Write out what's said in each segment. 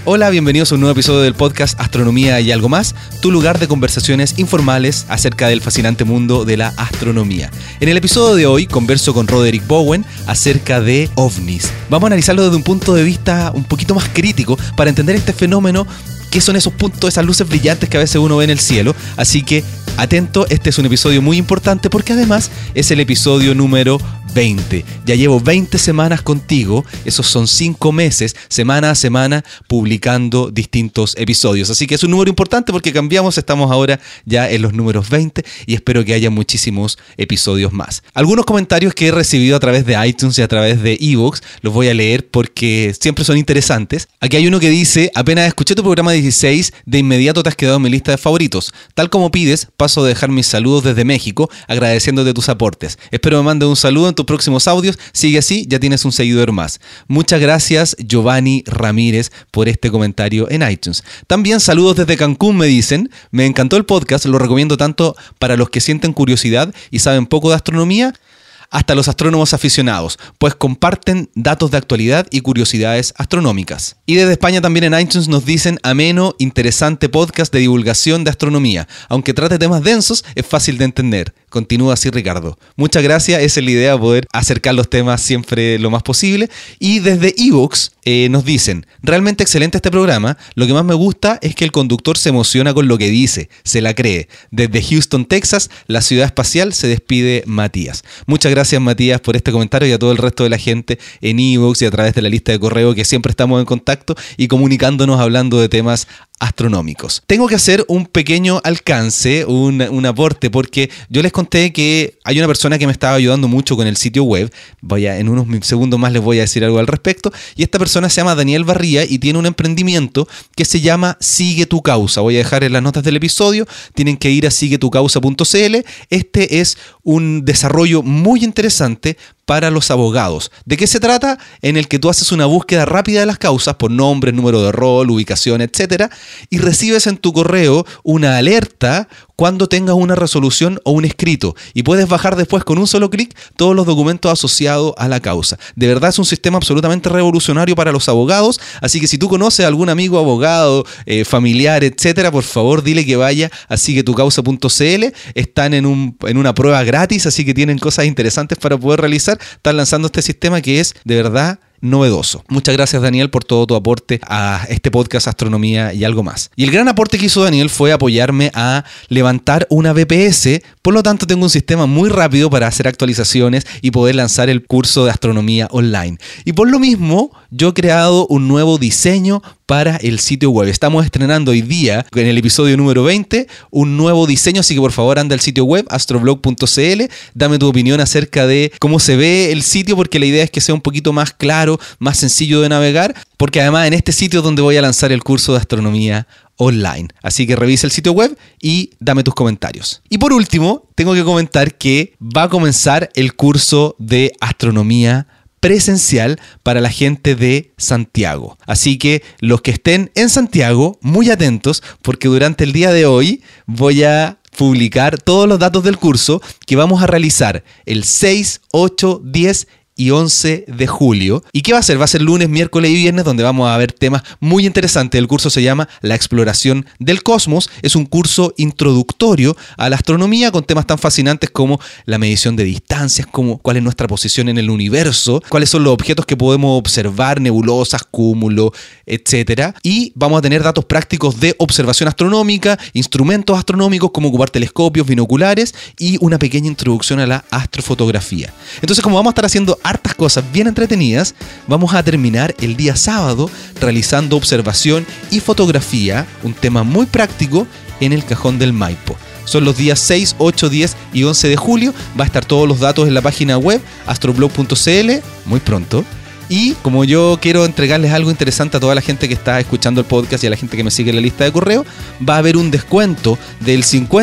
Hola, bienvenidos a un nuevo episodio del podcast Astronomía y Algo Más, tu lugar de conversaciones informales acerca del fascinante mundo de la astronomía. En el episodio de hoy converso con Roderick Bowen acerca de ovnis. Vamos a analizarlo desde un punto de vista un poquito más crítico para entender este fenómeno. ¿Qué son esos puntos, esas luces brillantes que a veces uno ve en el cielo? Así que, atento, este es un episodio muy importante porque además es el episodio número 20. Ya llevo 20 semanas contigo, esos son 5 meses, semana a semana, publicando distintos episodios. Así que es un número importante porque cambiamos, estamos ahora ya en los números 20 y espero que haya muchísimos episodios más. Algunos comentarios que he recibido a través de iTunes y a través de iVoox los voy a leer porque siempre son interesantes. Aquí hay uno que dice: apenas escuché tu programa 16, de inmediato te has quedado en mi lista de favoritos. Tal como pides, paso a dejar mis saludos desde México, agradeciéndote tus aportes. Espero me mandes un saludo en tus próximos audios. Sigue así, ya tienes un seguidor más. Muchas gracias, Giovanni Ramírez, por este comentario en iTunes. También saludos desde Cancún, me dicen. Me encantó el podcast, lo recomiendo tanto para los que sienten curiosidad y saben poco de astronomía, hasta los astrónomos aficionados, pues comparten datos de actualidad y curiosidades astronómicas. Y desde España también en iTunes nos dicen: ameno, interesante podcast de divulgación de astronomía. Aunque trate temas densos, es fácil de entender. Continúa así, Ricardo. Muchas gracias, esa es la idea, poder acercar los temas siempre lo más posible. Y desde iVoox nos dicen: realmente excelente este programa. Lo que más me gusta es que el conductor se emociona con lo que dice, se la cree. Desde Houston, Texas, la ciudad espacial, se despide Matías. Muchas gracias, Matías, por este comentario, y a todo el resto de la gente en iVoox y a través de la lista de correo, que siempre estamos en contacto y comunicándonos, hablando de temas astronómicos. Tengo que hacer un pequeño alcance, un aporte, porque yo les conté que hay una persona que me estaba ayudando mucho con el sitio web. En unos segundos más les voy a decir algo al respecto. Y esta persona se llama Daniel Barría y tiene un emprendimiento que se llama Sigue tu Causa. Voy a dejar en las notas del episodio. Tienen que ir a siguetucausa.cl. Este es un desarrollo muy interesante para los abogados. ¿De qué se trata? En el que tú haces una búsqueda rápida de las causas por nombre, número de rol, ubicación, etcétera, y recibes en tu correo una alerta cuando tengas una resolución o un escrito, y puedes bajar después con un solo clic todos los documentos asociados a la causa. De verdad es un sistema absolutamente revolucionario para los abogados, así que si tú conoces a algún amigo abogado, familiar, etcétera, por favor dile que vaya a siguetucausa.cl. Están en una prueba gratis, así que tienen cosas interesantes para poder realizar. Están lanzando este sistema que es de verdad novedoso. Muchas gracias, Daniel, por todo tu aporte a este podcast Astronomía y Algo Más. Y el gran aporte que hizo Daniel fue apoyarme a levantar una VPS, por lo tanto tengo un sistema muy rápido para hacer actualizaciones y poder lanzar el curso de astronomía online. Y por lo mismo, yo he creado un nuevo diseño para el sitio web. Estamos estrenando hoy día, en el episodio número 20, un nuevo diseño, así que por favor anda al sitio web astroblog.cl, dame tu opinión acerca de cómo se ve el sitio, porque la idea es que sea un poquito más claro, más sencillo de navegar, porque además en este sitio es donde voy a lanzar el curso de astronomía online. Así que revisa el sitio web y dame tus comentarios. Y por último, tengo que comentar que va a comenzar el curso de astronomía presencial para la gente de Santiago. Así que los que estén en Santiago, muy atentos, porque durante el día de hoy voy a publicar todos los datos del curso que vamos a realizar el 6, 8, 10 y 11 de julio. ¿Y qué va a ser? Va a ser lunes, miércoles y viernes, donde vamos a ver temas muy interesantes. El curso se llama La exploración del cosmos. Es un curso introductorio a la astronomía con temas tan fascinantes como la medición de distancias, como cuál es nuestra posición en el universo, cuáles son los objetos que podemos observar, nebulosas, cúmulos, etc. Y vamos a tener datos prácticos de observación astronómica, instrumentos astronómicos, como ocupar telescopios, binoculares y una pequeña introducción a la astrofotografía. Entonces, como vamos a estar haciendo hartas cosas bien entretenidas, vamos a terminar el día sábado realizando observación y fotografía, un tema muy práctico, en el Cajón del Maipo. Son los días 6, 8, 10 y 11 de julio. Va a estar todos los datos en la página web astroblog.cl muy pronto. Y como yo quiero entregarles algo interesante a toda la gente que está escuchando el podcast y a la gente que me sigue en la lista de correo, va a haber un descuento del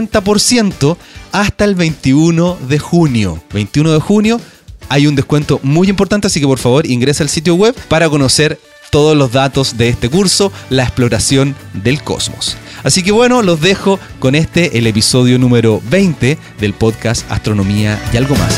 50% hasta el 21 de junio. 21 de junio hay un descuento muy importante, así que por favor ingresa al sitio web para conocer todos los datos de este curso, la exploración del cosmos. Así que bueno, los dejo con el episodio número 20 del podcast Astronomía y Algo Más.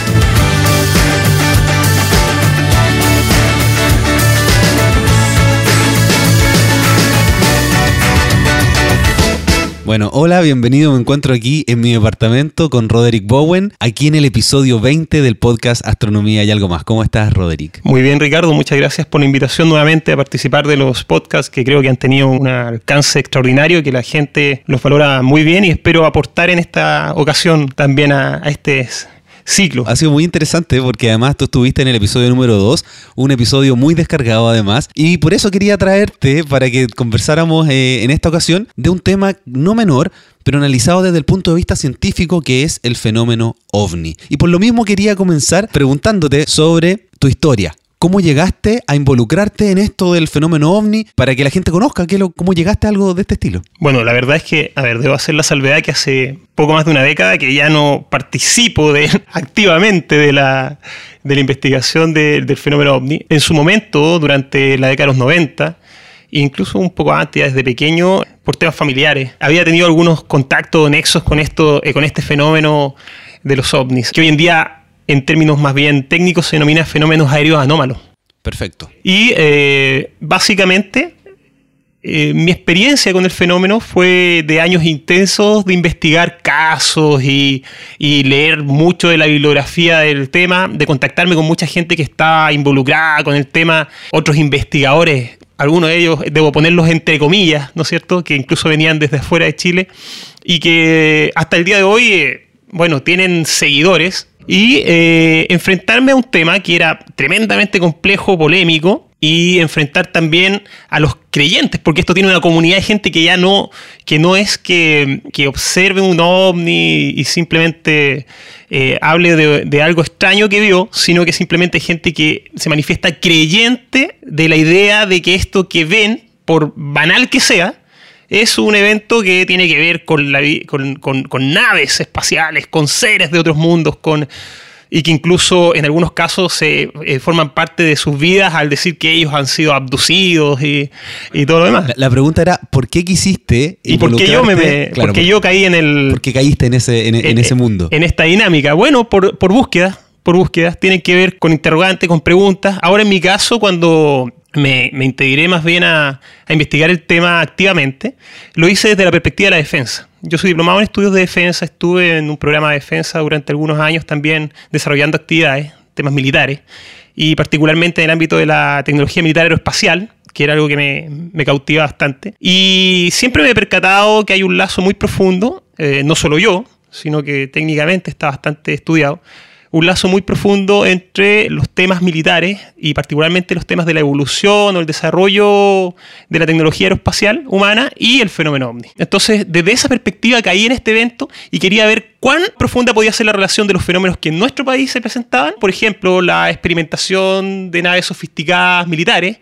Bueno, hola, bienvenido. Me encuentro aquí en mi departamento con Roderick Bowen, aquí en el episodio 20 del podcast Astronomía y Algo Más. ¿Cómo estás, Roderick? Muy bien, Ricardo. Muchas gracias por la invitación nuevamente a participar de los podcasts que creo que han tenido un alcance extraordinario, que la gente los valora muy bien y espero aportar en esta ocasión también a este ciclo. Ha sido muy interesante porque además tú estuviste en el episodio número 2, un episodio muy descargado además, y por eso quería traerte para que conversáramos en esta ocasión de un tema no menor, pero analizado desde el punto de vista científico, que es el fenómeno OVNI. Y por lo mismo quería comenzar preguntándote sobre tu historia. ¿Cómo llegaste a involucrarte en esto del fenómeno OVNI para que la gente conozca cómo llegaste a algo de este estilo? Bueno, la verdad es que, debo hacer la salvedad que hace poco más de una década que ya no participo activamente de la investigación del fenómeno OVNI. En su momento, durante la década de los 90, incluso un poco antes, desde pequeño, por temas familiares, había tenido algunos contactos, nexos con este fenómeno de los OVNIs, que hoy en día, en términos más bien técnicos, se denomina fenómenos aéreos anómalos. Perfecto. Y básicamente mi experiencia con el fenómeno fue de años intensos de investigar casos y leer mucho de la bibliografía del tema, de contactarme con mucha gente que está involucrada con el tema, otros investigadores, algunos de ellos debo ponerlos entre comillas, ¿no es cierto?, que incluso venían desde afuera de Chile y que hasta el día de hoy, tienen seguidores. Y enfrentarme a un tema que era tremendamente complejo, polémico, y enfrentar también a los creyentes, porque esto tiene una comunidad de gente que ya no es que observe un ovni y simplemente hable de algo extraño que vio, sino que simplemente gente que se manifiesta creyente de la idea de que esto que ven, por banal que sea, es un evento que tiene que ver con naves espaciales, con seres de otros mundos, y que incluso en algunos casos forman parte de sus vidas al decir que ellos han sido abducidos y todo lo demás. La pregunta era, ¿por qué quisiste y por qué yo caí ¿por qué caíste en ese mundo? En esta dinámica. Bueno, por búsquedas. Tienen que ver con interrogantes, con preguntas. Ahora en mi caso, cuando me integré más bien a investigar el tema activamente, lo hice desde la perspectiva de la defensa. Yo soy diplomado en estudios de defensa, estuve en un programa de defensa durante algunos años también desarrollando actividades, temas militares, y particularmente en el ámbito de la tecnología militar aeroespacial, que era algo que me cautiva bastante. Y siempre me he percatado que hay un lazo muy profundo, no solo yo, sino que técnicamente está bastante estudiado, un lazo muy profundo entre los temas militares y particularmente los temas de la evolución o el desarrollo de la tecnología aeroespacial humana y el fenómeno OVNI. Entonces, desde esa perspectiva caí en este evento y quería ver cuán profunda podía ser la relación de los fenómenos que en nuestro país se presentaban, por ejemplo, la experimentación de naves sofisticadas militares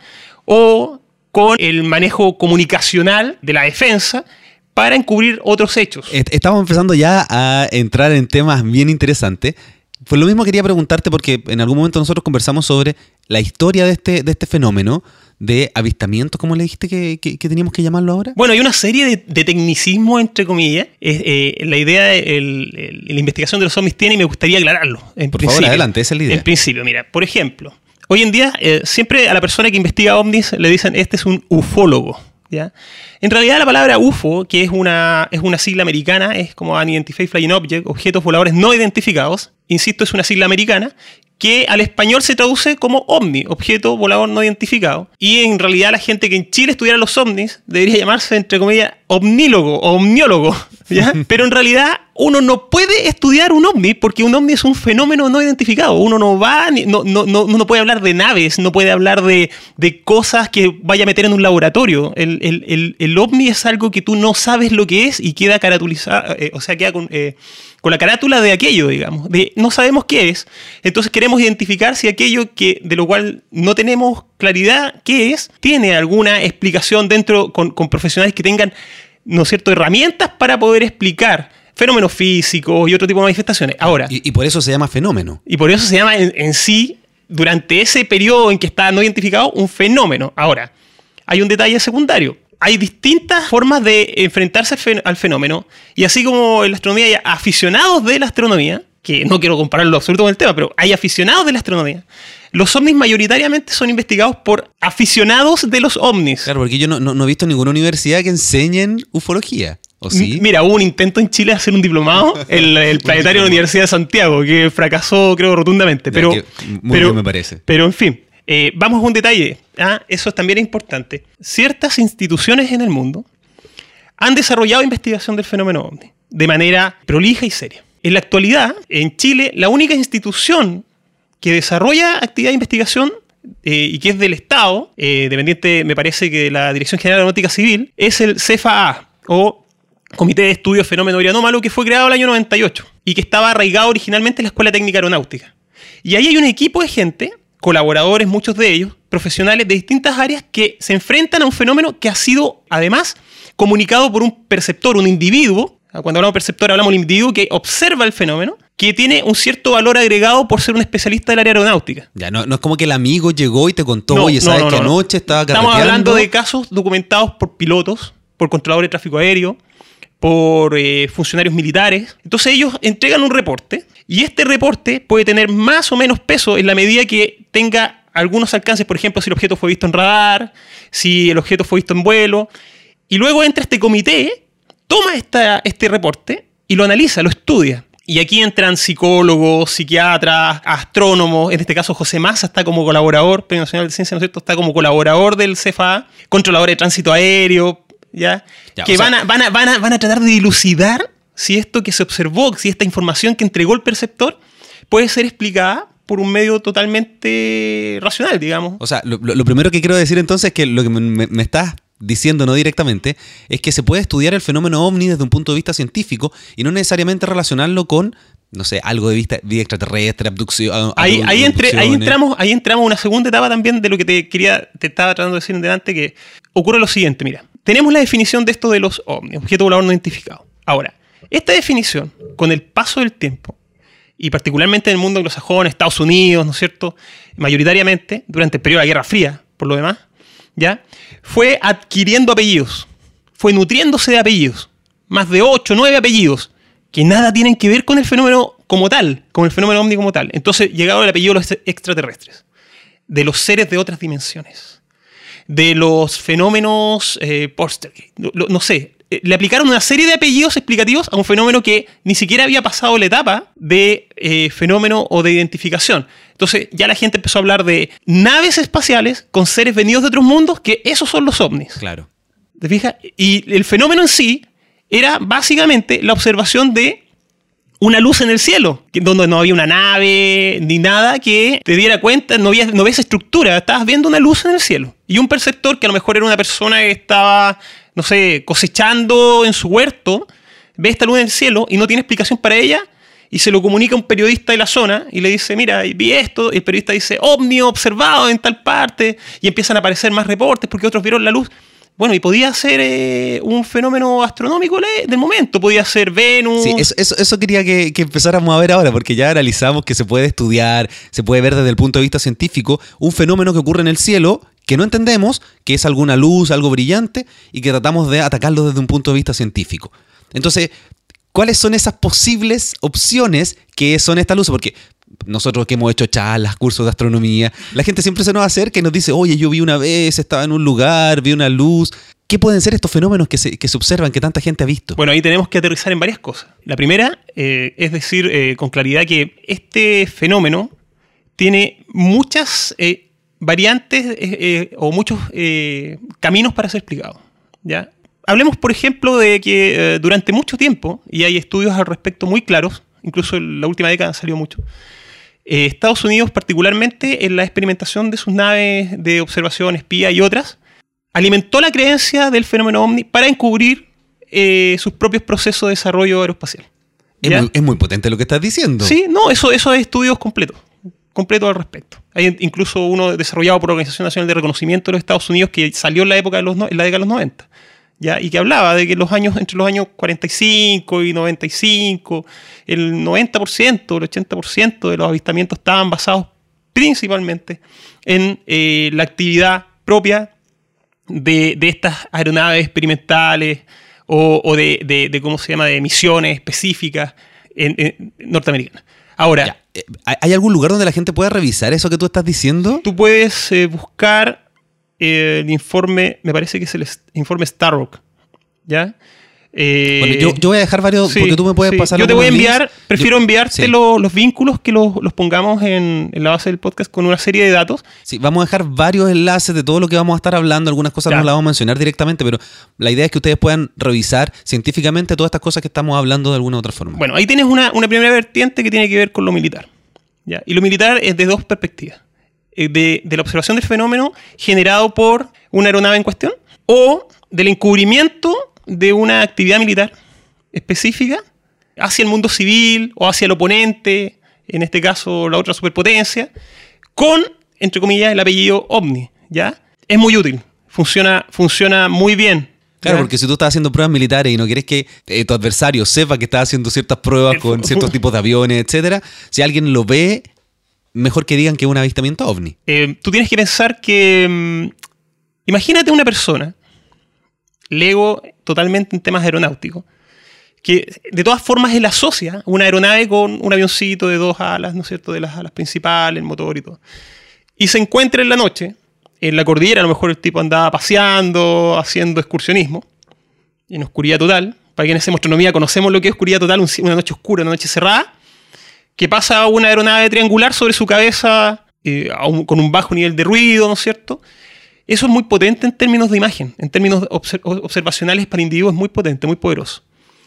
o con el manejo comunicacional de la defensa para encubrir otros hechos. Estamos empezando ya a entrar en temas bien interesantes. Por lo mismo quería preguntarte, porque en algún momento nosotros conversamos sobre la historia de este fenómeno de avistamientos, ¿cómo le dijiste que teníamos que llamarlo ahora? Bueno, hay una serie de tecnicismos, entre comillas. La idea de la investigación de los ovnis tiene, y me gustaría aclararlo. Por favor, adelante, esa es la idea. En principio, mira, por ejemplo, hoy en día siempre a la persona que investiga ovnis le dicen, este es un ufólogo. ¿Ya? En realidad la palabra UFO, que es una sigla americana, es como Unidentified Flying Object, objetos voladores no identificados, insisto, es una sigla americana, que al español se traduce como OVNI, objeto volador no identificado. Y en realidad la gente que en Chile estudiara los ovnis debería llamarse, entre comillas, omnílogo o omniólogo, ¿ya? Pero en realidad uno no puede estudiar un ovni porque un ovni es un fenómeno no identificado. Uno no puede hablar de naves, no puede hablar de cosas que vaya a meter en un laboratorio. El ovni es algo que tú no sabes lo que es y queda caratulizado, queda con la carátula de aquello, digamos, de no sabemos qué es. Entonces queremos identificar si aquello de lo cual no tenemos claridad qué es, tiene alguna explicación dentro con profesionales que tengan, ¿no es cierto?, herramientas para poder explicar fenómenos físicos y otro tipo de manifestaciones. Ahora, y por eso se llama fenómeno. Y por eso se llama en sí, durante ese periodo en que está no identificado, un fenómeno. Ahora, hay un detalle secundario. Hay distintas formas de enfrentarse al fenómeno, y así como en la astronomía hay aficionados de la astronomía, que no quiero compararlo absoluto con el tema, pero hay aficionados de la astronomía. Los ovnis mayoritariamente son investigados por aficionados de los ovnis. Claro, porque yo no he visto ninguna universidad que enseñen ufología. ¿O sí? Mira, hubo un intento en Chile de hacer un diplomado, el planetario de la Universidad de Santiago, que fracasó, creo, rotundamente. Pero, muy bien, me parece. Pero, en fin, vamos a un detalle. Eso también es importante. Ciertas instituciones en el mundo han desarrollado investigación del fenómeno ovni de manera prolija y seria. En la actualidad, en Chile, la única institución que desarrolla actividad de investigación y que es del Estado, dependiente, me parece, que de la Dirección General de Aeronáutica Civil, es el CFAA, o Comité de Estudios Fenómeno Anómalo, que fue creado en el año 98 y que estaba arraigado originalmente en la Escuela Técnica Aeronáutica. Y ahí hay un equipo de gente, colaboradores, muchos de ellos, profesionales de distintas áreas, que se enfrentan a un fenómeno que ha sido, además, comunicado por un perceptor, un individuo. Cuando hablamos de perceptor, hablamos del individuo que observa el fenómeno, que tiene un cierto valor agregado por ser un especialista del área aeronáutica. Ya, no es como que el amigo llegó y te contó, oye, ¿sabes que anoche estaba carreteando? Estamos hablando de casos documentados por pilotos, por controladores de tráfico aéreo, por funcionarios militares. Entonces ellos entregan un reporte, y este reporte puede tener más o menos peso en la medida que tenga algunos alcances, por ejemplo, si el objeto fue visto en radar, si el objeto fue visto en vuelo, y luego entra este comité, toma este reporte y lo analiza, lo estudia. Y aquí entran psicólogos, psiquiatras, astrónomos. En este caso, José Massa está como colaborador, Premio Nacional de Ciencia, ¿no es cierto? Está como colaborador del CFA, controladores de tránsito aéreo, ¿ya? Que van a tratar de dilucidar si esto que se observó, si esta información que entregó el perceptor puede ser explicada por un medio totalmente racional, digamos. O sea, lo primero que quiero decir entonces es que lo que me estás diciendo, no directamente, es que se puede estudiar el fenómeno ovni desde un punto de vista científico y no necesariamente relacionarlo con, no sé, algo de vida extraterrestre, abducción. Ahí entramos a una segunda etapa también de lo que te estaba tratando de decir en delante, que ocurre lo siguiente. Mira, tenemos la definición de esto de los ovnis, objeto volador no identificado. Ahora, esta definición, con el paso del tiempo, y particularmente en el mundo anglosajón, Estados Unidos, ¿no es cierto?, mayoritariamente, durante el periodo de la Guerra Fría, por lo demás, ¿ya?, fue adquiriendo apellidos, fue nutriéndose de apellidos, más de 8, 9 apellidos, que nada tienen que ver con el fenómeno como tal, con el fenómeno ovni como tal. Entonces llegaba el apellido de los extraterrestres, de los seres de otras dimensiones, de los fenómenos Poltergeist, no sé. Le aplicaron una serie de apellidos explicativos a un fenómeno que ni siquiera había pasado la etapa de fenómeno o de identificación. Entonces ya la gente empezó a hablar de naves espaciales con seres venidos de otros mundos, que esos son los ovnis. Claro. ¿Te fijas? Y el fenómeno en sí era básicamente la observación de una luz en el cielo, donde no había una nave ni nada que te diera cuenta, no había esa estructura, estabas viendo una luz en el cielo. Y un perceptor, que a lo mejor era una persona que estaba, no sé, cosechando en su huerto, ve esta luz en el cielo y no tiene explicación para ella, y se lo comunica a un periodista de la zona y le dice, mira, vi esto, y el periodista dice, ovni observado en tal parte, y empiezan a aparecer más reportes porque otros vieron la luz. Bueno, y podía ser un fenómeno astronómico del momento, podía ser Venus. Sí, eso quería que empezáramos a ver ahora, porque ya analizamos que se puede estudiar, se puede ver desde el punto de vista científico un fenómeno que ocurre en el cielo que no entendemos, que es alguna luz, algo brillante, y que tratamos de atacarlo desde un punto de vista científico. Entonces, ¿cuáles son esas posibles opciones que son estas luces? Porque nosotros que hemos hecho charlas, cursos de astronomía, la gente siempre se nos acerca y nos dice, oye, yo vi una vez, estaba en un lugar, vi una luz. ¿Qué pueden ser estos fenómenos que se observan, que tanta gente ha visto? Bueno, ahí tenemos que aterrizar en varias cosas. La primera es decir con claridad que este fenómeno tiene muchas variantes o muchos caminos para ser explicado, ¿ya? Hablemos, por ejemplo, de que durante mucho tiempo, y hay estudios al respecto muy claros, incluso en la última década han salido mucho, Estados Unidos, particularmente en la experimentación de sus naves de observación, espía y otras, alimentó la creencia del fenómeno ovni para encubrir sus propios procesos de desarrollo aeroespacial. Es muy potente lo que estás diciendo. Sí, no, eso hay estudios completos al respecto. Hay incluso uno desarrollado por la Organización Nacional de Reconocimiento de los Estados Unidos que salió en la década de los 90. ¿Ya? Y que hablaba de que entre los años 45 y 95, el 90%, el 80% de los avistamientos estaban basados principalmente en la actividad propia de estas aeronaves experimentales o de ¿cómo se llama?, de misiones específicas norteamericanas. Ahora, ya. ¿Hay algún lugar donde la gente pueda revisar eso que tú estás diciendo? Tú puedes buscar el informe, me parece que es el informe Starrock, ¿ya? Bueno, yo voy a dejar varios, sí, porque tú me puedes pasar. Yo te voy a enviar, links. prefiero enviarte sí. los vínculos que los pongamos en la base del podcast con una serie de datos. Sí, vamos a dejar varios enlaces de todo lo que vamos a estar hablando. Algunas cosas Ya. no las vamos a mencionar directamente, pero la idea es que ustedes puedan revisar científicamente todas estas cosas que estamos hablando de alguna u otra forma. Bueno, ahí tienes una primera vertiente que tiene que ver con lo militar. ¿Ya? Y lo militar es de dos perspectivas. De la observación del fenómeno generado por una aeronave en cuestión o del encubrimiento de una actividad militar específica hacia el mundo civil o hacia el oponente, en este caso la otra superpotencia, con, entre comillas, el apellido OVNI. ¿Ya? Es muy útil, funciona muy bien. Claro, ¿ya? porque si tú estás haciendo pruebas militares y no quieres que tu adversario sepa que estás haciendo ciertas pruebas con ciertos tipos de aviones, etcétera, si alguien lo ve, mejor que digan que es un avistamiento OVNI. Tú tienes que pensar que... imagínate una persona, lego totalmente en temas aeronáuticos, que de todas formas él asocia una aeronave con un avioncito de 2 alas, ¿no es cierto?, de las alas principales, el motor y todo. Y se encuentra en la noche, en la cordillera, a lo mejor el tipo andaba paseando, haciendo excursionismo, en oscuridad total. Para quienes hacemos astronomía conocemos lo que es oscuridad total, una noche oscura, una noche cerrada, que pasa una aeronave triangular sobre su cabeza con un bajo nivel de ruido, ¿no es cierto? Eso es muy potente en términos de imagen, en términos observacionales para individuos es muy potente, muy poderoso.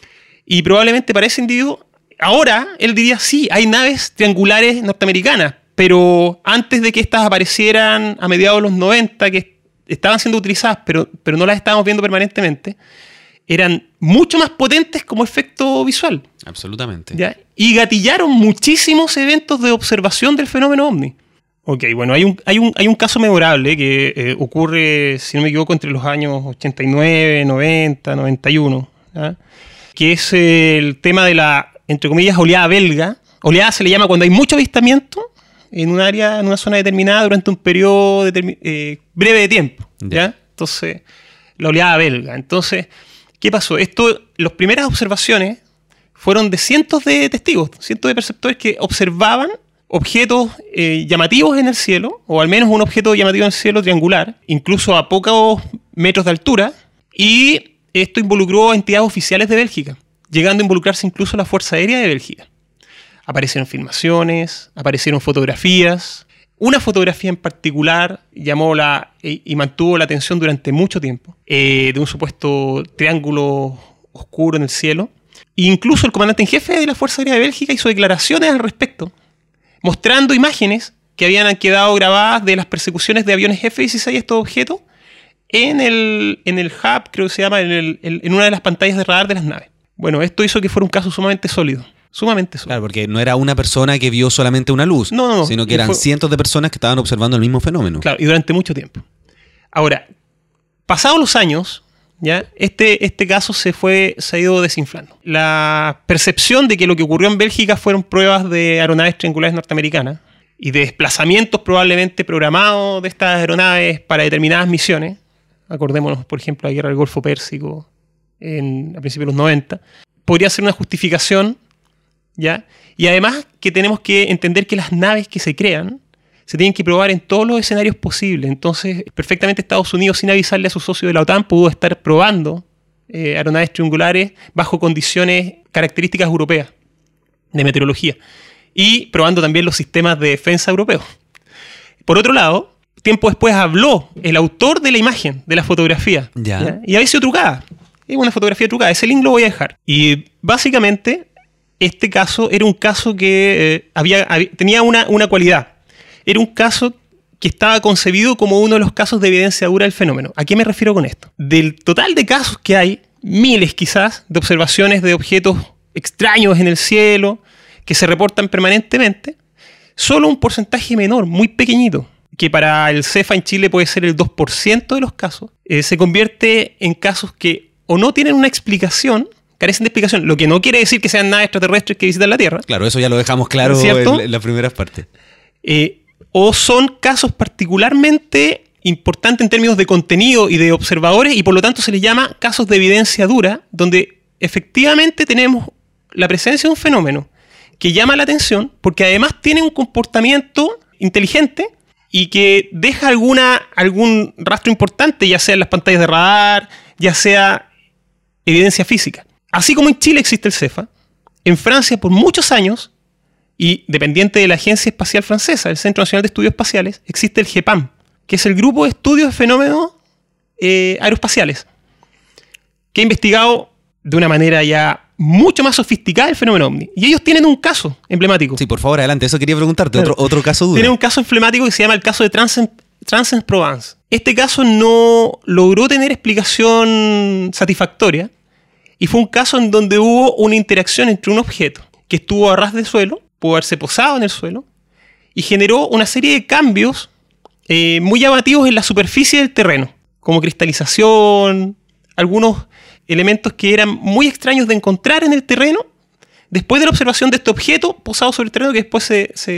Y probablemente para ese individuo, ahora él diría, sí, hay naves triangulares norteamericanas, pero antes de que estas aparecieran a mediados de los 90, que estaban siendo utilizadas, pero no las estábamos viendo permanentemente, eran mucho más potentes como efecto visual. Absolutamente. ¿Ya? Y gatillaron muchísimos eventos de observación del fenómeno OVNI. Ok, bueno, hay un caso memorable que ocurre, si no me equivoco, entre los años 89, 90, 91, ¿ya? Que es el tema de la, entre comillas, oleada belga. Oleada se le llama cuando hay mucho avistamiento en un área, en una zona determinada durante un periodo breve de tiempo, ¿ya? Entonces, la oleada belga. Entonces, ¿qué pasó? Las primeras observaciones fueron de cientos de testigos, cientos de perceptores que observaban objetos llamativos en el cielo, o al menos un objeto llamativo en el cielo triangular, incluso a pocos metros de altura, y esto involucró a entidades oficiales de Bélgica, llegando a involucrarse incluso la Fuerza Aérea de Bélgica. Aparecieron filmaciones, aparecieron fotografías. Una fotografía en particular llamó y mantuvo la atención durante mucho tiempo, de un supuesto triángulo oscuro en el cielo. E incluso el comandante en jefe de la Fuerza Aérea de Bélgica hizo declaraciones al respecto, mostrando imágenes que habían quedado grabadas de las persecuciones de aviones F-16 a estos objetos en el hub, creo que se llama, en una de las pantallas de radar de las naves. Bueno, esto hizo que fuera un caso sumamente sólido. Sumamente sólido. Claro, porque no era una persona que vio solamente una luz, no, sino que eran cientos de personas que estaban observando el mismo fenómeno. Claro, y durante mucho tiempo. Ahora, pasados los años, ¿ya? Este caso se ha ido desinflando. La percepción de que lo que ocurrió en Bélgica fueron pruebas de aeronaves triangulares norteamericanas y de desplazamientos probablemente programados de estas aeronaves para determinadas misiones. Acordémonos, por ejemplo, la guerra del Golfo Pérsico a principios de los 90. Podría ser una justificación, ¿ya? Y además que tenemos que entender que las naves que se crean se tienen que probar en todos los escenarios posibles. Entonces, perfectamente Estados Unidos, sin avisarle a sus socios de la OTAN, pudo estar probando aeronaves triangulares bajo condiciones características europeas de meteorología y probando también los sistemas de defensa europeos. Por otro lado, tiempo después habló el autor de la imagen, de la fotografía, ¿ya? Y había sido trucada. Es una fotografía trucada. Ese link lo voy a dejar. Y básicamente, este caso era un caso que tenía una cualidad. Era un caso que estaba concebido como uno de los casos de evidencia dura del fenómeno. ¿A qué me refiero con esto? Del total de casos que hay, miles quizás, de observaciones de objetos extraños en el cielo, que se reportan permanentemente, solo un porcentaje menor, muy pequeñito, que para el CEFA en Chile puede ser el 2% de los casos, se convierte en casos que o no tienen una explicación, carecen de explicación, lo que no quiere decir que sean naves extraterrestres que visitan la Tierra. Claro, eso ya lo dejamos claro en las primeras partes. O son casos particularmente importantes en términos de contenido y de observadores, y por lo tanto se les llama casos de evidencia dura, donde efectivamente tenemos la presencia de un fenómeno que llama la atención, porque además tiene un comportamiento inteligente y que deja algún rastro importante, ya sea en las pantallas de radar, ya sea evidencia física. Así como en Chile existe el CEFA, en Francia por muchos años, y dependiente de la Agencia Espacial Francesa, el Centro Nacional de Estudios Espaciales, existe el GEPAM, que es el Grupo de Estudios de Fenómenos Aeroespaciales, que ha investigado de una manera ya mucho más sofisticada el fenómeno OVNI. Y ellos tienen un caso emblemático. Sí, por favor, adelante. Eso quería preguntarte. Claro. Otro caso duro. Tienen un caso emblemático que se llama el caso de Transen-Provence. Este caso no logró tener explicación satisfactoria y fue un caso en donde hubo una interacción entre un objeto que estuvo a ras de suelo, pudo haberse posado en el suelo, y generó una serie de cambios muy llamativos en la superficie del terreno, como cristalización, algunos elementos que eran muy extraños de encontrar en el terreno después de la observación de este objeto posado sobre el terreno que después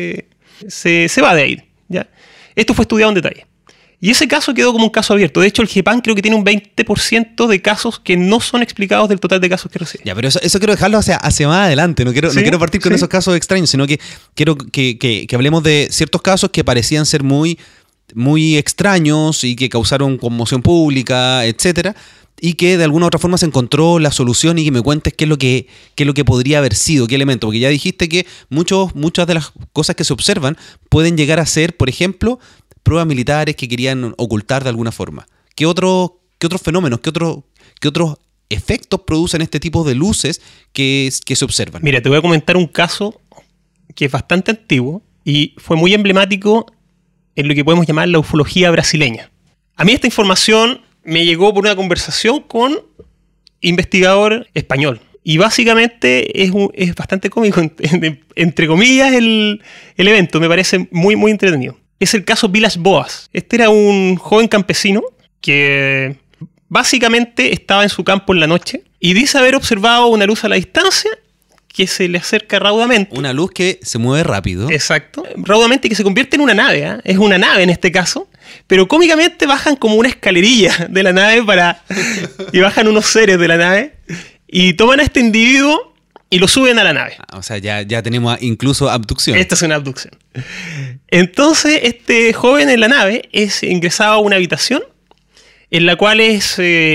se va de ahí, ¿ya? Esto fue estudiado en detalle. Y ese caso quedó como un caso abierto. De hecho, el GEPAM creo que tiene un 20% de casos que no son explicados del total de casos que recibe. Ya, pero eso quiero dejarlo hacia más adelante. No quiero partir con esos casos extraños, sino que quiero que hablemos de ciertos casos que parecían ser muy, muy extraños y que causaron conmoción pública, etcétera, y que de alguna u otra forma se encontró la solución, y que me cuentes qué es lo que podría haber sido, qué elemento. Porque ya dijiste que muchas de las cosas que se observan pueden llegar a ser, por ejemplo, pruebas militares que querían ocultar de alguna forma. ¿Qué otros fenómenos, qué otros efectos producen este tipo de luces que se observan? Mira, te voy a comentar un caso que es bastante antiguo y fue muy emblemático en lo que podemos llamar la ufología brasileña. A mí esta información me llegó por una conversación con investigador español. Y básicamente es bastante cómico, entre comillas, el evento. Me parece muy, muy entretenido. Es el caso Vilas Boas. Este era un joven campesino que básicamente estaba en su campo en la noche y dice haber observado una luz a la distancia que se le acerca raudamente. Una luz que se mueve rápido. Exacto. Raudamente, y que se convierte en una nave, ¿eh? Es una nave en este caso. Pero cómicamente bajan como una escalerilla de la nave y bajan unos seres de la nave y toman a este individuo y lo suben a la nave. O sea, ya tenemos incluso abducción. Esta es una abducción. Entonces, este joven en la nave es ingresado a una habitación en la cual es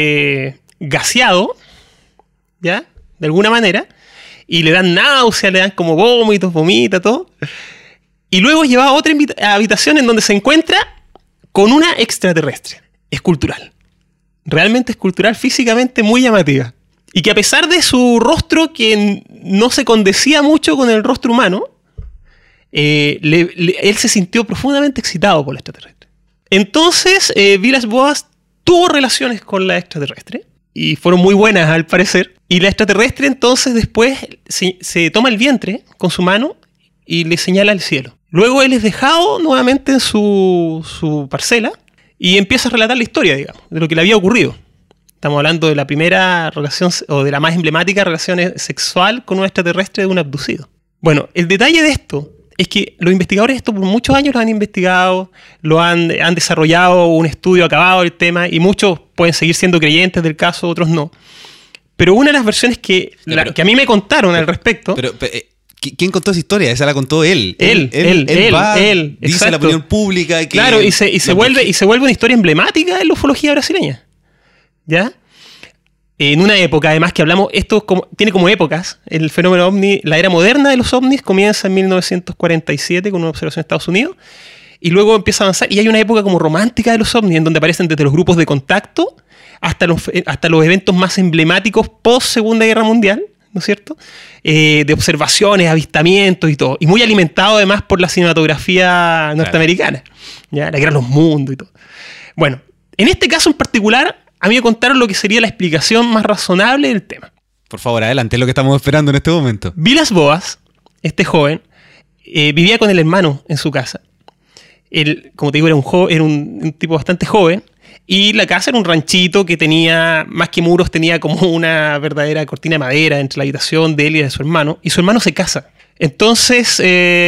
gaseado, ¿ya? De alguna manera, y le dan náuseas, le dan como vómitos, vomita, todo. Y luego es llevado a otra habitación en donde se encuentra con una extraterrestre, escultural. Realmente escultural, físicamente muy llamativa. Y que a pesar de su rostro, que no se condecía mucho con el rostro humano, él se sintió profundamente excitado por la extraterrestre. Entonces, Vilas Boas tuvo relaciones con la extraterrestre, y fueron muy buenas al parecer. Y la extraterrestre entonces después se toma el vientre con su mano y le señala al cielo. Luego él es dejado nuevamente en su parcela y empieza a relatar la historia, digamos, de lo que le había ocurrido. Estamos hablando de la primera relación, o de la más emblemática relación sexual con un extraterrestre de un abducido. Bueno, el detalle de esto es que los investigadores esto por muchos años lo han investigado, han desarrollado un estudio acabado del tema, y muchos pueden seguir siendo creyentes del caso, otros no. Pero una de las versiones que a mí me contaron al respecto... ¿Quién contó esa historia? Esa la contó él. Él dice exacto. La opinión pública que... Claro, y se vuelve una historia emblemática en la ufología brasileña. ¿Ya? En una época, además, que hablamos, tiene como épocas, el fenómeno ovni, la era moderna de los ovnis comienza en 1947 con una observación en Estados Unidos, y luego empieza a avanzar, y hay una época como romántica de los ovnis, en donde aparecen desde los grupos de contacto hasta los eventos más emblemáticos post Segunda Guerra Mundial, ¿no es cierto? De observaciones, avistamientos y todo. Y muy alimentado además por la cinematografía norteamericana. ¿Ya? La Guerra de los Mundos y todo. Bueno, en este caso en particular, a mí me contaron lo que sería la explicación más razonable del tema. Por favor, adelante, es lo que estamos esperando en este momento. Vilas Boas, este joven, vivía con el hermano en su casa. Él, como te digo, era un tipo bastante joven. Y la casa era un ranchito que tenía, más que muros, tenía como una verdadera cortina de madera entre la habitación de él y de su hermano. Y su hermano se casa. Entonces,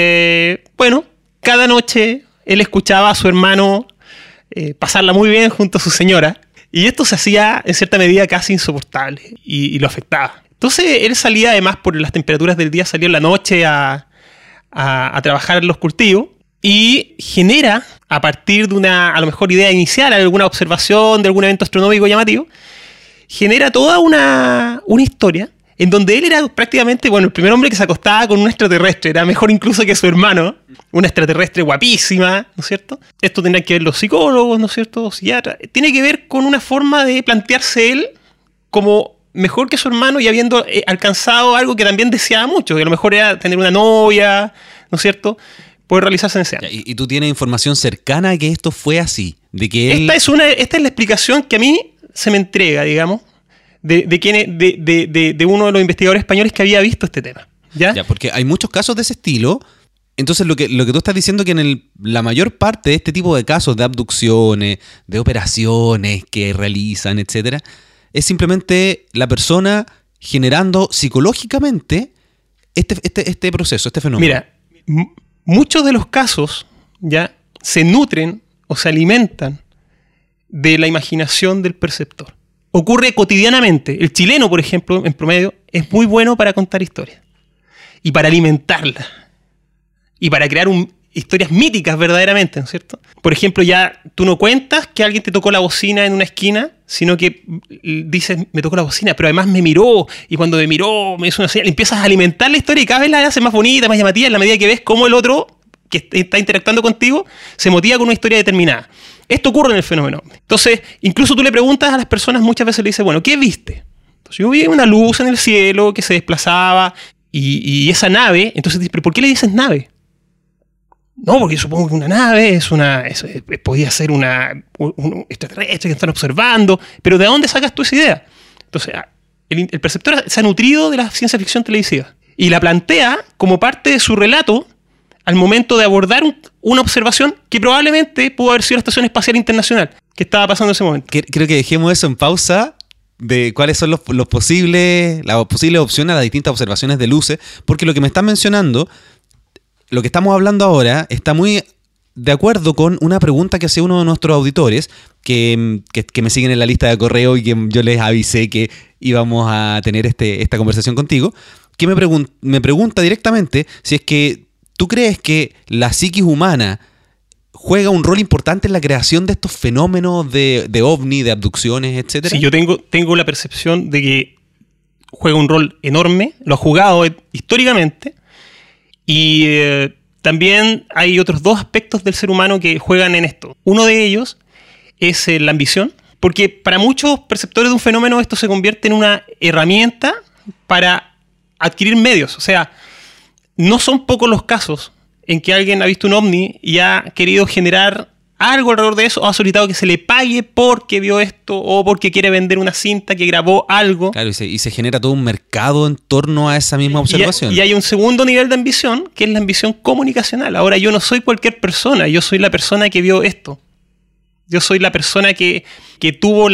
cada noche él escuchaba a su hermano pasarla muy bien junto a su señora. Y esto se hacía, en cierta medida, casi insoportable y lo afectaba. Entonces, él salía, además, por las temperaturas del día, salía en la noche a trabajar en los cultivos. Y genera, a partir de una, a lo mejor, idea inicial, alguna observación de algún evento astronómico llamativo, genera toda una historia en donde él era prácticamente, bueno, el primer hombre que se acostaba con un extraterrestre, era mejor incluso que su hermano, una extraterrestre guapísima, ¿no es cierto? Esto tendrán que ver los psicólogos, ¿no es cierto?, psiquiatras. Tiene que ver con una forma de plantearse él como mejor que su hermano y habiendo alcanzado algo que también deseaba mucho, que a lo mejor era tener una novia, ¿no es cierto?, poder realizarse en ese año. ¿Y tú tienes información cercana de que esto fue así? De que él... Esta es la explicación que a mí se me entrega, digamos, de uno de los investigadores españoles que había visto este tema. ¿Ya? Porque hay muchos casos de ese estilo. Entonces lo que tú estás diciendo que en la mayor parte de este tipo de casos de abducciones, de operaciones que realizan, etcétera, es simplemente la persona generando psicológicamente este proceso, este fenómeno. Mira, muchos de los casos ya se nutren o se alimentan de la imaginación del perceptor. Ocurre cotidianamente. El chileno, por ejemplo, en promedio, es muy bueno para contar historias y para alimentarlas y para crear historias míticas verdaderamente, ¿no es cierto? Por ejemplo, ya tú no cuentas que alguien te tocó la bocina en una esquina, sino que dices, me tocó la bocina, pero además me miró, y cuando me miró me hizo una señal, empiezas a alimentar la historia y cada vez la haces más bonita, más llamativa, en la medida que ves cómo el otro que está interactuando contigo se motiva con una historia determinada. Esto ocurre en el fenómeno. Entonces, incluso tú le preguntas a las personas, muchas veces le dices, bueno, ¿qué viste? Entonces, yo vi una luz en el cielo que se desplazaba y esa nave, entonces dices, ¿pero por qué le dices nave? No, porque supongo que una nave podía ser un extraterrestre que están observando, pero ¿de dónde sacas tú esa idea? Entonces, el perceptor se ha nutrido de la ciencia ficción televisiva y la plantea como parte de su relato al momento de abordar una observación que probablemente pudo haber sido la Estación Espacial Internacional, que estaba pasando en ese momento. Creo que dejemos eso en pausa, de cuáles son las posibles opciones a las distintas observaciones de luces, porque lo que me están mencionando, lo que estamos hablando ahora, está muy de acuerdo con una pregunta que hace uno de nuestros auditores, que me siguen en la lista de correo y que yo les avisé que íbamos a tener esta conversación contigo, que me pregunta directamente si es que ¿tú crees que la psiquis humana juega un rol importante en la creación de estos fenómenos de ovni, de abducciones, etcétera? Sí, yo tengo la percepción de que juega un rol enorme, lo ha jugado históricamente, y también hay otros dos aspectos del ser humano que juegan en esto. Uno de ellos es la ambición, porque para muchos perceptores de un fenómeno esto se convierte en una herramienta para adquirir medios. O sea, no son pocos los casos en que alguien ha visto un ovni y ha querido generar algo alrededor de eso, o ha solicitado que se le pague porque vio esto o porque quiere vender una cinta que grabó algo. Claro, y se genera todo un mercado en torno a esa misma observación. Y hay un segundo nivel de ambición, que es la ambición comunicacional. Ahora, yo no soy cualquier persona, yo soy la persona que vio esto. Yo soy la persona que tuvo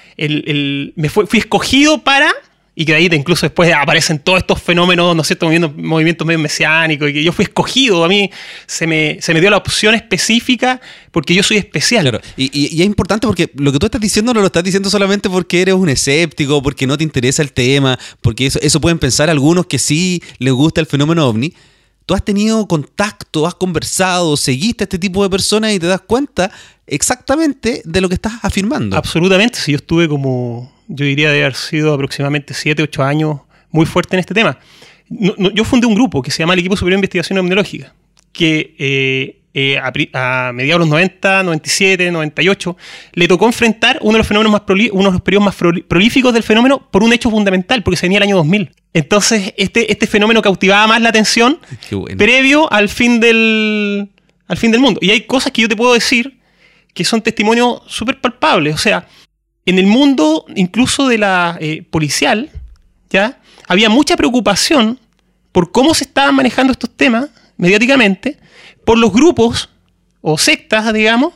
fui escogido para... Y que de ahí incluso después aparecen todos estos fenómenos, ¿no es cierto?, movimientos medio mesiánicos, y que yo fui escogido, a mí se me dio la opción específica porque yo soy especial. Claro, y es importante porque lo que tú estás diciendo no lo estás diciendo solamente porque eres un escéptico, porque no te interesa el tema, porque eso pueden pensar algunos que sí les gusta el fenómeno ovni. Tú has tenido contacto, has conversado, seguiste a este tipo de personas y te das cuenta exactamente de lo que estás afirmando. Absolutamente, si yo estuve yo diría de haber sido aproximadamente 7, 8 años muy fuerte en este tema. Yo fundé un grupo que se llama el Equipo Superior de Investigación Omniológica, que a mediados de los 90, 97, 98, le tocó enfrentar uno de los periodos más prolíficos del fenómeno por un hecho fundamental, porque se venía el año 2000. Entonces, este fenómeno cautivaba más la atención previo al fin del mundo. Y hay cosas que yo te puedo decir que son testimonios súper palpables. O sea, en el mundo, incluso de la policial, ¿ya?, había mucha preocupación por cómo se estaban manejando estos temas mediáticamente por los grupos o sectas, digamos,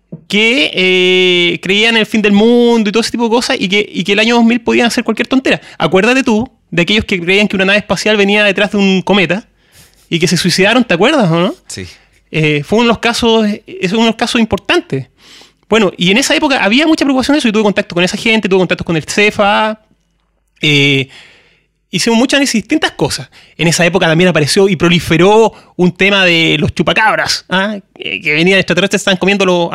que creían en el fin del mundo y todo ese tipo de cosas y que el año 2000 podían hacer cualquier tontera. Acuérdate tú de aquellos que creían que una nave espacial venía detrás de un cometa y que se suicidaron, ¿te acuerdas o no? Sí. Fue uno de los casos importantes. Bueno, y en esa época había mucha preocupación de eso. Yo tuve contacto con esa gente, tuve contacto con el CFA. hicimos muchas análisis de distintas cosas. En esa época también apareció y proliferó un tema de los chupacabras, que venían extraterrestres, estaban comiendo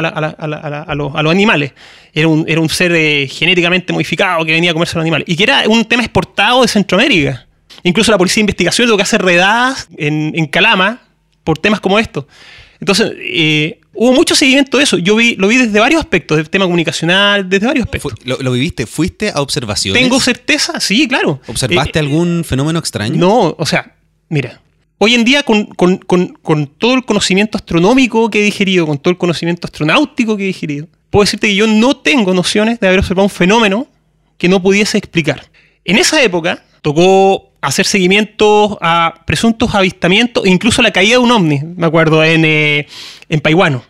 a los animales. Era un ser genéticamente modificado que venía a comerse a los animales. Y que era un tema exportado de Centroamérica. Incluso la policía de investigación tuvo que hacer redadas en Calama por temas como estos. Entonces, hubo mucho seguimiento de eso. Yo lo vi desde varios aspectos, del tema comunicacional, desde varios aspectos. ¿Lo viviste? ¿Fuiste a observaciones? ¿Tengo certeza? Sí, claro. ¿Observaste algún fenómeno extraño? No, o sea, mira, hoy en día con todo el conocimiento astronómico que he digerido, con todo el conocimiento astronáutico que he digerido, puedo decirte que yo no tengo nociones de haber observado un fenómeno que no pudiese explicar. En esa época tocó hacer seguimientos a presuntos avistamientos, incluso la caída de un ovni, me acuerdo, en Paihuano,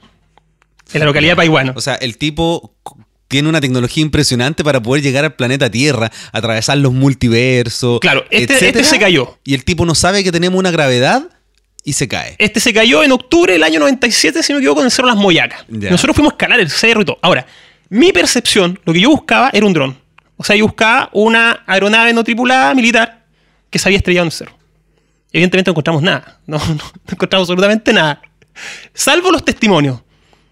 en la localidad de Paihuano. O sea, el tipo tiene una tecnología impresionante para poder llegar al planeta Tierra, atravesar los multiversos. Claro, este se cayó. Y el tipo no sabe que tenemos una gravedad y se cae. Este se cayó en octubre del año 97, si no me equivoco, en el Cerro Las Moyacas. Ya. Nosotros fuimos a escalar el cerro y todo. Ahora, mi percepción, lo que yo buscaba era un dron. O sea, yo buscaba una aeronave no tripulada militar que se había estrellado en el cerro. Evidentemente no encontramos nada. No encontramos absolutamente nada. Salvo los testimonios.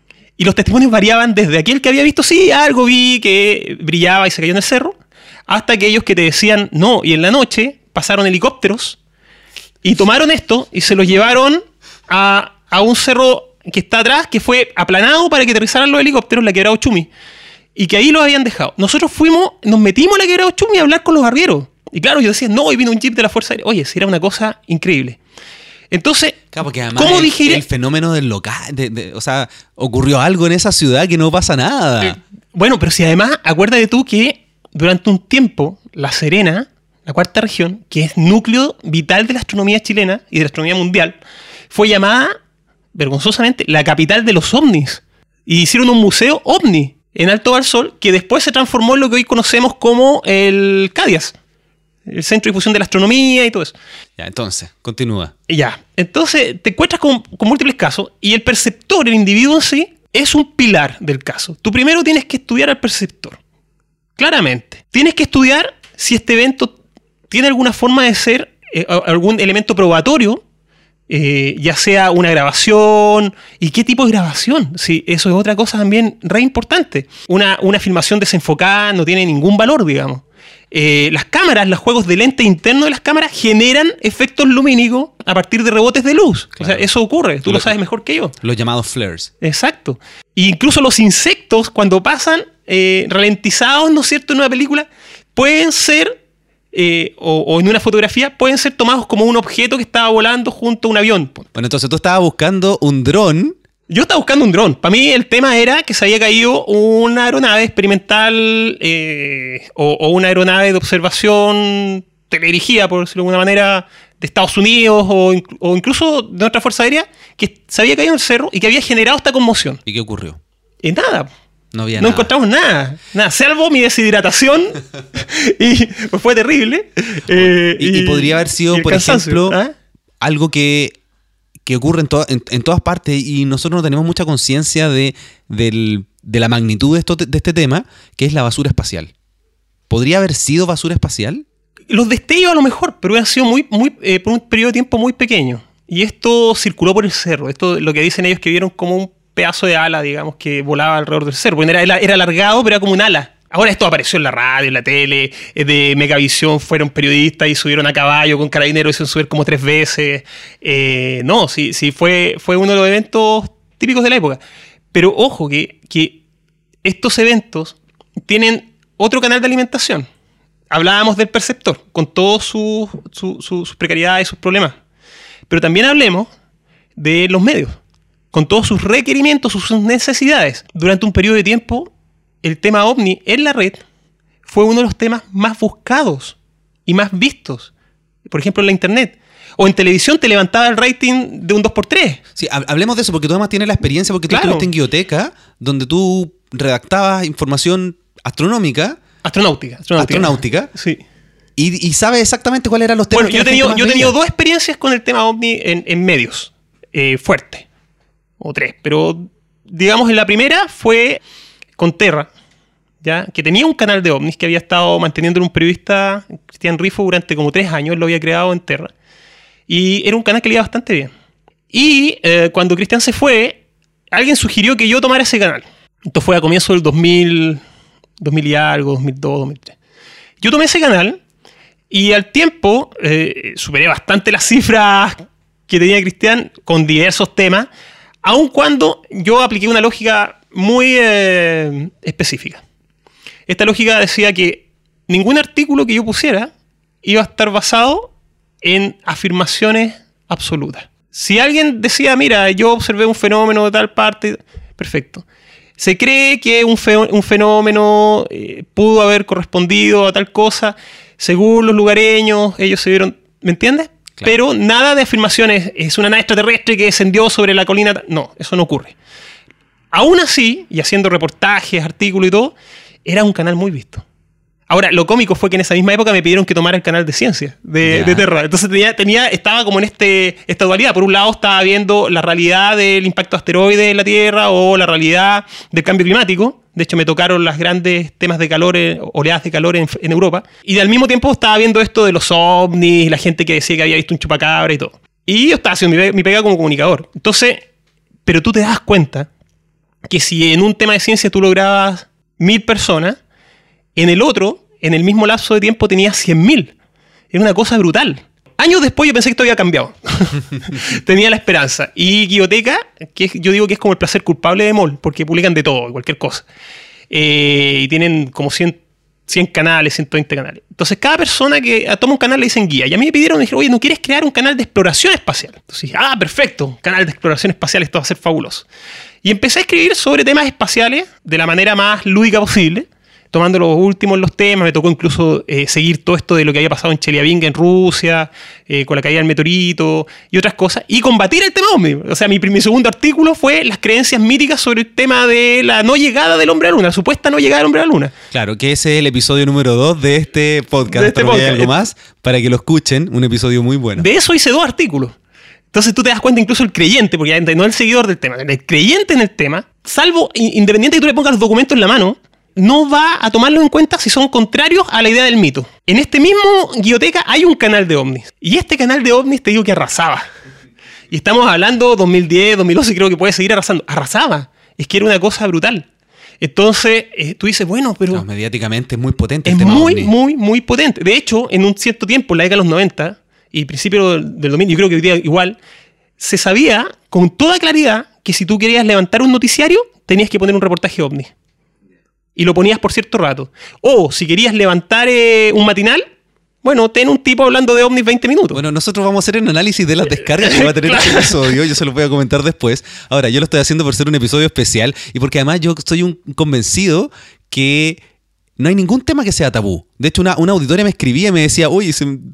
Y los testimonios variaban desde aquel que había visto, sí, algo vi que brillaba y se cayó en el cerro, hasta aquellos que te decían, no, y en la noche pasaron helicópteros y tomaron esto y se los llevaron a un cerro que está atrás, que fue aplanado para que aterrizaran los helicópteros, la quebrada Ochumi, y que ahí los habían dejado. Nosotros nos metimos a la quebrada Ochumi a hablar con los arrieros. Y claro, yo decía, no, hoy vino un jeep de la Fuerza Aérea. Oye, si era una cosa increíble. Entonces, claro, porque además ¿cómo digerir el fenómeno del local? O sea, ocurrió algo en esa ciudad que no pasa nada. Bueno, pero si además, acuérdate tú que durante un tiempo, La Serena, la cuarta región, que es núcleo vital de la astronomía chilena y de la astronomía mundial, fue llamada, vergonzosamente, la capital de los ovnis. Y hicieron un museo ovni en Alto Barsol, que después se transformó en lo que hoy conocemos como el CADIAS, el Centro de Difusión de la Astronomía y todo eso. Ya, entonces, continúa. Ya, entonces te encuentras con múltiples casos y el perceptor, el individuo en sí, es un pilar del caso. Tú primero tienes que estudiar al perceptor. Claramente. Tienes que estudiar si este evento tiene alguna forma de ser algún elemento probatorio, ya sea una grabación. ¿Y qué tipo de grabación? Sí, eso es otra cosa también re importante. Una filmación desenfocada no tiene ningún valor, digamos. Las cámaras, los juegos de lente interno de las cámaras generan efectos lumínicos a partir de rebotes de luz. Claro. O sea, eso ocurre, tú lo sabes mejor que yo. Los llamados flares. Exacto. E incluso los insectos, cuando pasan ralentizados, ¿no es cierto?, en una película, pueden ser, o en una fotografía, pueden ser tomados como un objeto que estaba volando junto a un avión. Bueno, entonces tú estabas buscando un dron. Yo estaba buscando un dron. Para mí el tema era que se había caído una aeronave experimental o una aeronave de observación teledirigida, por decirlo de alguna manera, de Estados Unidos o incluso de otra fuerza aérea, que se había caído en el cerro y que había generado esta conmoción. ¿Y qué ocurrió? Nada. No había nada. No encontramos nada, salvo mi deshidratación. Y pues fue terrible. Y podría haber sido, por ejemplo, algo que ocurre en todas partes y nosotros no tenemos mucha conciencia de la magnitud de este tema, que es la basura espacial. ¿Podría haber sido basura espacial? Los destellos a lo mejor, pero han sido por un periodo de tiempo muy pequeño. Y esto circuló por el cerro. Esto, lo que dicen ellos, que vieron como un pedazo de ala, digamos, que volaba alrededor del cerro. Bueno, era alargado, pero era como un ala. Ahora esto apareció en la radio, en la tele, de Megavisión fueron periodistas y subieron a caballo con carabineros, hicieron subir como 3 veces. Sí, fue uno de los eventos típicos de la época. Pero ojo, que estos eventos tienen otro canal de alimentación. Hablábamos del perceptor, con todas sus precariedades, sus problemas. Pero también hablemos de los medios, con todos sus requerimientos, sus necesidades. Durante un periodo de tiempo, el tema OVNI en la red fue uno de los temas más buscados y más vistos. Por ejemplo, en la internet. O en televisión te levantaba el rating de un 2x3. Sí, hablemos de eso, porque tú además tienes la experiencia, porque tú Claro. estuviste en Guioteca, donde tú redactabas información astronómica. Astronáutica. Sí. Y sabes exactamente cuáles eran los temas. Bueno, yo he tenido 2 experiencias con el tema OVNI en medios. Fuerte. O 3. Pero, digamos, en la primera fue con Terra. ¿ya? Que tenía un canal de ovnis que había estado manteniendo un periodista, Cristian Rifo, durante como 3 años. Él lo había creado en Terra. Y era un canal que le iba bastante bien. Y cuando Cristian se fue, alguien sugirió que yo tomara ese canal. Esto fue a comienzo del 2000 y algo, 2002, 2003. Yo tomé ese canal y al tiempo superé bastante las cifras que tenía Cristian con diversos temas, aun cuando yo apliqué una lógica muy específica. Esta lógica decía que ningún artículo que yo pusiera iba a estar basado en afirmaciones absolutas. Si alguien decía, mira, yo observé un fenómeno de tal parte, perfecto. Se cree que un fenómeno pudo haber correspondido a tal cosa, según los lugareños, ellos se vieron, ¿me entiendes? Claro. Pero nada de afirmaciones, es una nave extraterrestre que descendió sobre la colina. No, eso no ocurre. Aún así, y haciendo reportajes, artículos y todo, era un canal muy visto. Ahora, lo cómico fue que en esa misma época me pidieron que tomara el canal de ciencia de Terra. Entonces estaba como en esta dualidad. Por un lado estaba viendo la realidad del impacto de asteroides en la Tierra o la realidad del cambio climático. De hecho, me tocaron los grandes temas de calor, oleadas de calor en Europa. Y al mismo tiempo estaba viendo esto de los ovnis, la gente que decía que había visto un chupacabra y todo. Y yo estaba haciendo mi pega como comunicador. Entonces, pero tú te das cuenta que si en un tema de ciencia tú lograbas 1000 personas, en el otro, en el mismo lapso de tiempo, tenía 100.000. Era una cosa brutal. Años después yo pensé que esto había cambiado. Tenía la esperanza. Y Guioteca, que yo digo que es como el placer culpable de MOL, porque publican de todo, cualquier cosa. Y tienen como 100 canales, 120 canales. Entonces cada persona que toma un canal le dicen guía. Y a mí me pidieron, me dijeron, oye, ¿no quieres crear un canal de exploración espacial? Entonces dije, perfecto, canal de exploración espacial, esto va a ser fabuloso. Y empecé a escribir sobre temas espaciales de la manera más lúdica posible, tomando los últimos los temas. Me tocó incluso seguir todo esto de lo que había pasado en Chelyabinsk, en Rusia, con la caída del meteorito y otras cosas, y combatir el tema ovni. O sea, mi segundo artículo fue las creencias míticas sobre el tema de la no llegada del hombre a la luna, la supuesta no llegada del hombre a la luna. Claro, que ese es el episodio número 2 de este podcast. ¿Y algo más? Para que lo escuchen, un episodio muy bueno. De eso hice 2 artículos. Entonces tú te das cuenta, incluso el creyente, porque no el seguidor del tema, el creyente en el tema, salvo independiente que tú le pongas los documentos en la mano, no va a tomarlo en cuenta si son contrarios a la idea del mito. En este mismo Guioteca hay un canal de ovnis. Y este canal de ovnis te digo que arrasaba. Y estamos hablando 2010, 2011, creo que puede seguir arrasando. Arrasaba. Es que era una cosa brutal. Entonces, tú dices, bueno, pero... No, mediáticamente es muy potente el es tema muy, ovni. muy, muy potente. De hecho, en un cierto tiempo, en la década de los 90 y principio del 2000, yo creo que hoy día igual, se sabía con toda claridad que si tú querías levantar un noticiario, tenías que poner un reportaje ovni. Y lo ponías por cierto rato. O si querías levantar un matinal, bueno, ten un tipo hablando de ovnis 20 minutos. Bueno, nosotros vamos a hacer un análisis de las descargas que va a tener este episodio. Yo se los voy a comentar después. Ahora, yo lo estoy haciendo por ser un episodio especial y porque además yo soy un convencido que no hay ningún tema que sea tabú. De hecho, una auditoria me escribía y me decía, oye,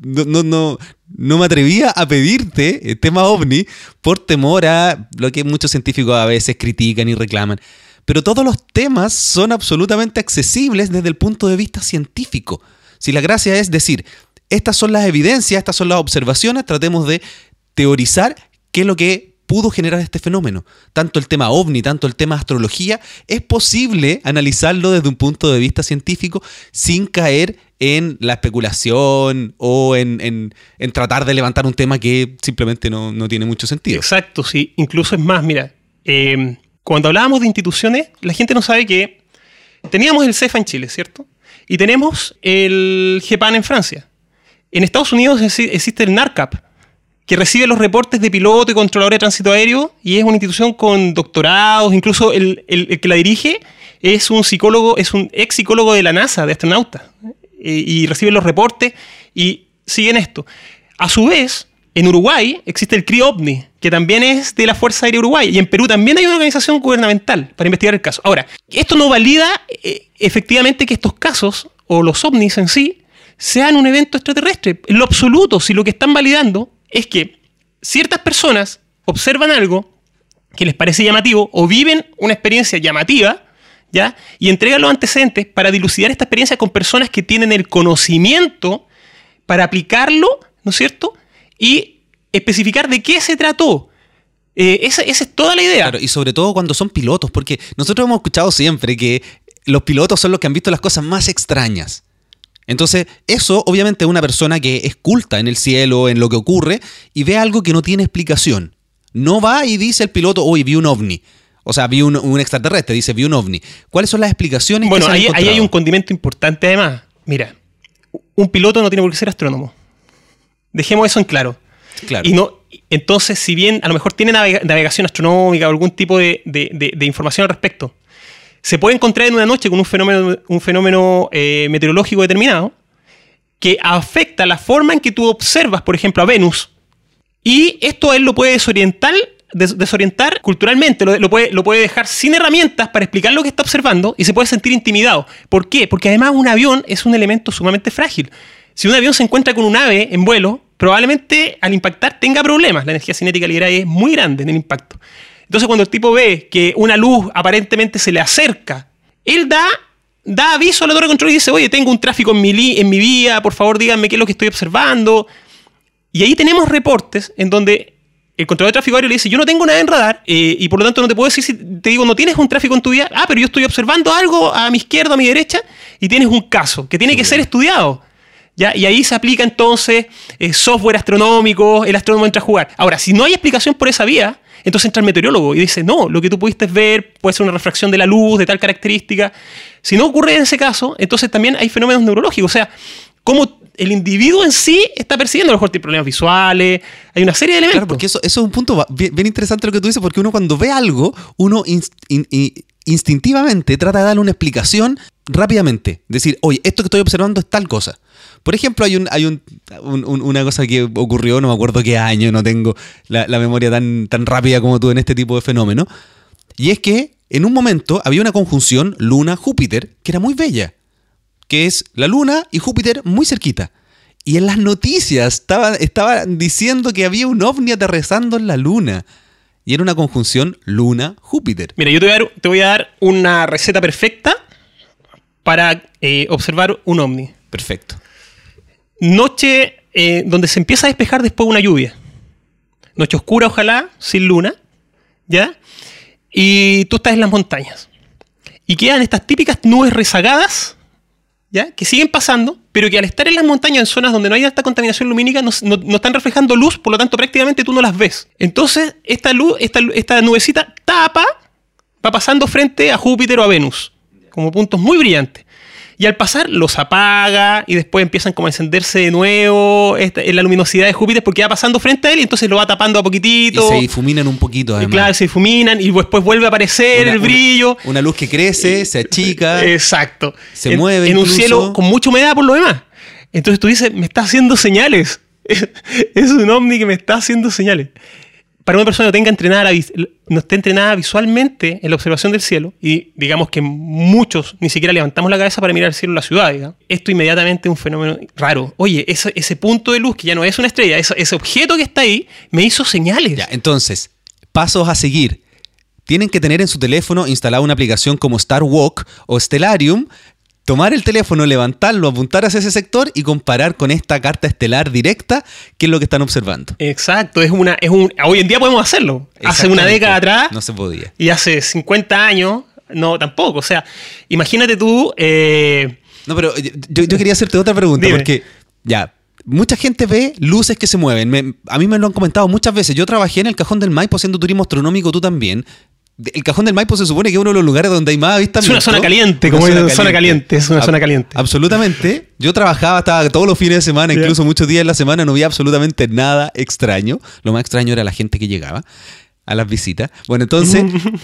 no me atrevía a pedirte el tema ovni por temor a lo que muchos científicos a veces critican y reclaman. Pero todos los temas son absolutamente accesibles desde el punto de vista científico. Si la gracia es decir, estas son las evidencias, estas son las observaciones, tratemos de teorizar qué es lo que pudo generar este fenómeno. Tanto el tema ovni, tanto el tema astrología, es posible analizarlo desde un punto de vista científico sin caer en la especulación o en tratar de levantar un tema que simplemente no tiene mucho sentido. Exacto, sí. Incluso es más, mira, cuando hablábamos de instituciones, la gente no sabe que teníamos el CEFA en Chile, ¿cierto? Y tenemos el GEPAN en Francia. En Estados Unidos existe el NARCAP, que recibe los reportes de piloto y controladores de tránsito aéreo y es una institución con doctorados. Incluso el que la dirige es un psicólogo, es un ex psicólogo de la NASA, de astronauta, y recibe los reportes y siguen esto. A su vez, en Uruguay existe el CRI-OVNI, que también es de la Fuerza Aérea Uruguay, y en Perú también hay una organización gubernamental para investigar el caso. Ahora, esto no valida efectivamente que estos casos, o los ovnis en sí, sean un evento extraterrestre. En lo absoluto, si lo que están validando es que ciertas personas observan algo que les parece llamativo o viven una experiencia llamativa, ¿ya? Y entregan los antecedentes para dilucidar esta experiencia con personas que tienen el conocimiento para aplicarlo, ¿no es cierto?, y especificar de qué se trató. Esa es toda la idea. Claro, y sobre todo cuando son pilotos, porque nosotros hemos escuchado siempre que los pilotos son los que han visto las cosas más extrañas. Entonces, eso obviamente es una persona que es culta en el cielo, en lo que ocurre, y ve algo que no tiene explicación. No va y dice el piloto, oye, vi un ovni. O sea, vi un extraterrestre, dice, vi un ovni. ¿Cuáles son las explicaciones bueno, que se han encontrado? Ahí hay un condimento importante además. Mira, un piloto no tiene por qué ser astrónomo. Dejemos eso en claro. Claro. Y no, entonces, si bien a lo mejor tiene navegación astronómica o algún tipo de información al respecto, se puede encontrar en una noche con un fenómeno meteorológico determinado que afecta la forma en que tú observas, por ejemplo, a Venus, y esto a él lo puede desorientar culturalmente, lo puede dejar sin herramientas para explicar lo que está observando y se puede sentir intimidado. ¿Por qué? Porque además un avión es un elemento sumamente frágil. Si un avión se encuentra con un ave en vuelo, probablemente al impactar tenga problemas. La energía cinética liberada es muy grande en el impacto. Entonces, cuando el tipo ve que una luz aparentemente se le acerca, él da aviso a la torre de control y dice, oye, tengo un tráfico en mi vía, por favor díganme qué es lo que estoy observando. Y ahí tenemos reportes en donde el controlador de tráfico aéreo le dice, yo no tengo nada en radar y por lo tanto no te puedo decir si te digo no tienes un tráfico en tu vía. Ah, pero yo estoy observando algo a mi izquierda, a mi derecha, y tienes un caso que tiene que ser estudiado. ¿Ya? Y ahí se aplica entonces software astronómico, el astrónomo entra a jugar. Ahora, si no hay explicación por esa vía, entonces entra el meteorólogo y dice, no, lo que tú pudiste ver puede ser una refracción de la luz de tal característica. Si no ocurre en ese caso, entonces también hay fenómenos neurológicos. O sea, cómo el individuo en sí está percibiendo, a lo mejor tiene problemas visuales, hay una serie de elementos. Claro, porque eso es un punto bien interesante lo que tú dices, porque uno cuando ve algo, uno instintivamente trata de darle una explicación rápidamente. Decir, oye, esto que estoy observando es tal cosa. Por ejemplo, hay una cosa que ocurrió, no me acuerdo qué año, no tengo la memoria tan rápida como tú en este tipo de fenómeno. Y es que en un momento había una conjunción Luna-Júpiter que era muy bella, que es la Luna y Júpiter muy cerquita. Y en las noticias estaban diciendo que había un ovni aterrizando en la Luna. Y era una conjunción Luna-Júpiter. Mira, yo te voy a dar una receta perfecta para observar un ovni. Perfecto. Noche donde se empieza a despejar después de una lluvia. Noche oscura, ojalá, sin luna, ¿ya? Y tú estás en las montañas. Y quedan estas típicas nubes rezagadas, ¿ya? Que siguen pasando, pero que al estar en las montañas, en zonas donde no hay alta contaminación lumínica, no están reflejando luz, por lo tanto prácticamente tú no las ves. Entonces, esta nubecita va pasando frente a Júpiter o a Venus, como puntos muy brillantes. Y al pasar los apaga y después empiezan como a encenderse de nuevo en la luminosidad de Júpiter porque va pasando frente a él y entonces lo va tapando a poquitito. Y se difuminan un poquito además. Claro, se difuminan y después vuelve a aparecer el brillo. Una luz que crece, se achica. Exacto. Se mueve en incluso. Un cielo con mucha humedad por lo demás. Entonces tú dices, me está haciendo señales. Es un ovni que me está haciendo señales. Para una persona que no esté entrenada visualmente en la observación del cielo, y digamos que muchos ni siquiera levantamos la cabeza para mirar el cielo en la ciudad, digamos, esto inmediatamente es un fenómeno raro. Oye, ese punto de luz que ya no es una estrella, ese objeto que está ahí, me hizo señales. Ya, entonces, pasos a seguir. Tienen que tener en su teléfono instalada una aplicación como Star Walk o Stellarium, tomar el teléfono, levantarlo, apuntar hacia ese sector y comparar con esta carta estelar directa qué es lo que están observando. Exacto, hoy en día podemos hacerlo. Hace una década atrás no se podía. Y hace 50 años, no, tampoco. O sea, imagínate tú... No, pero yo quería hacerte otra pregunta. Dime. Porque ya, mucha gente ve luces que se mueven. A mí me lo han comentado muchas veces. Yo trabajé en el Cajón del Maipo haciendo turismo astronómico, tú también. El Cajón del Maipo se supone que es uno de los lugares donde hay más avistamientos. Es una zona caliente, como es una zona caliente. Es una zona caliente. Absolutamente. Yo trabajaba hasta todos los fines de semana, incluso muchos días de la semana, no había absolutamente nada extraño. Lo más extraño era la gente que llegaba a las visitas. Bueno, entonces,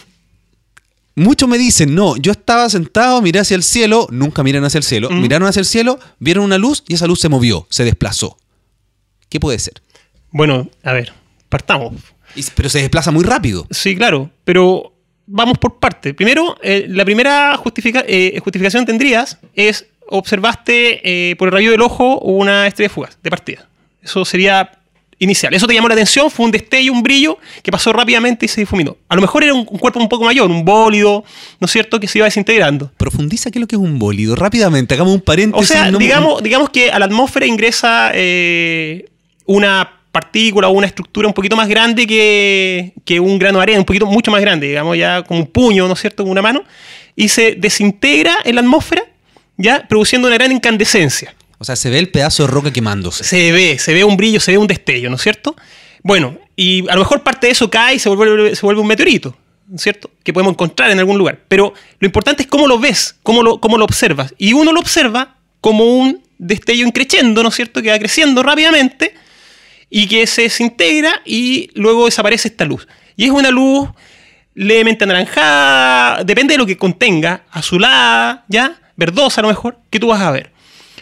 muchos me dicen, no, yo estaba sentado, miré hacia el cielo, nunca miran hacia el cielo, miraron hacia el cielo, vieron una luz y esa luz se movió, se desplazó. ¿Qué puede ser? Bueno, a ver, partamos. Pero se desplaza muy rápido. Sí, claro, pero vamos por partes. Primero, la primera justificación tendrías es observaste por el rayo del ojo una estrella fugaz de partida. Eso sería inicial. Eso te llamó la atención, fue un destello, un brillo que pasó rápidamente y se difuminó. A lo mejor era un cuerpo un poco mayor, un bólido, ¿no es cierto?, que se iba desintegrando. Profundiza qué es lo que es un bólido. Rápidamente, hagamos un paréntesis. O sea, digamos que a la atmósfera ingresa una partícula o una estructura un poquito más grande que un grano de arena, mucho más grande, digamos, ya como un puño, ¿no es cierto?, como una mano, y se desintegra en la atmósfera, ya produciendo una gran incandescencia. O sea, se ve el pedazo de roca quemándose. Se ve un brillo, se ve un destello, ¿no es cierto? Bueno, y a lo mejor parte de eso cae y se vuelve un meteorito, ¿no es cierto?, que podemos encontrar en algún lugar. Pero lo importante es cómo lo ves, cómo lo observas. Y uno lo observa como un destello increciendo, ¿no es cierto?, que va creciendo rápidamente y que se desintegra y luego desaparece esta luz. Y es una luz levemente anaranjada, depende de lo que contenga, azulada, ¿ya?, verdosa a lo mejor, que tú vas a ver.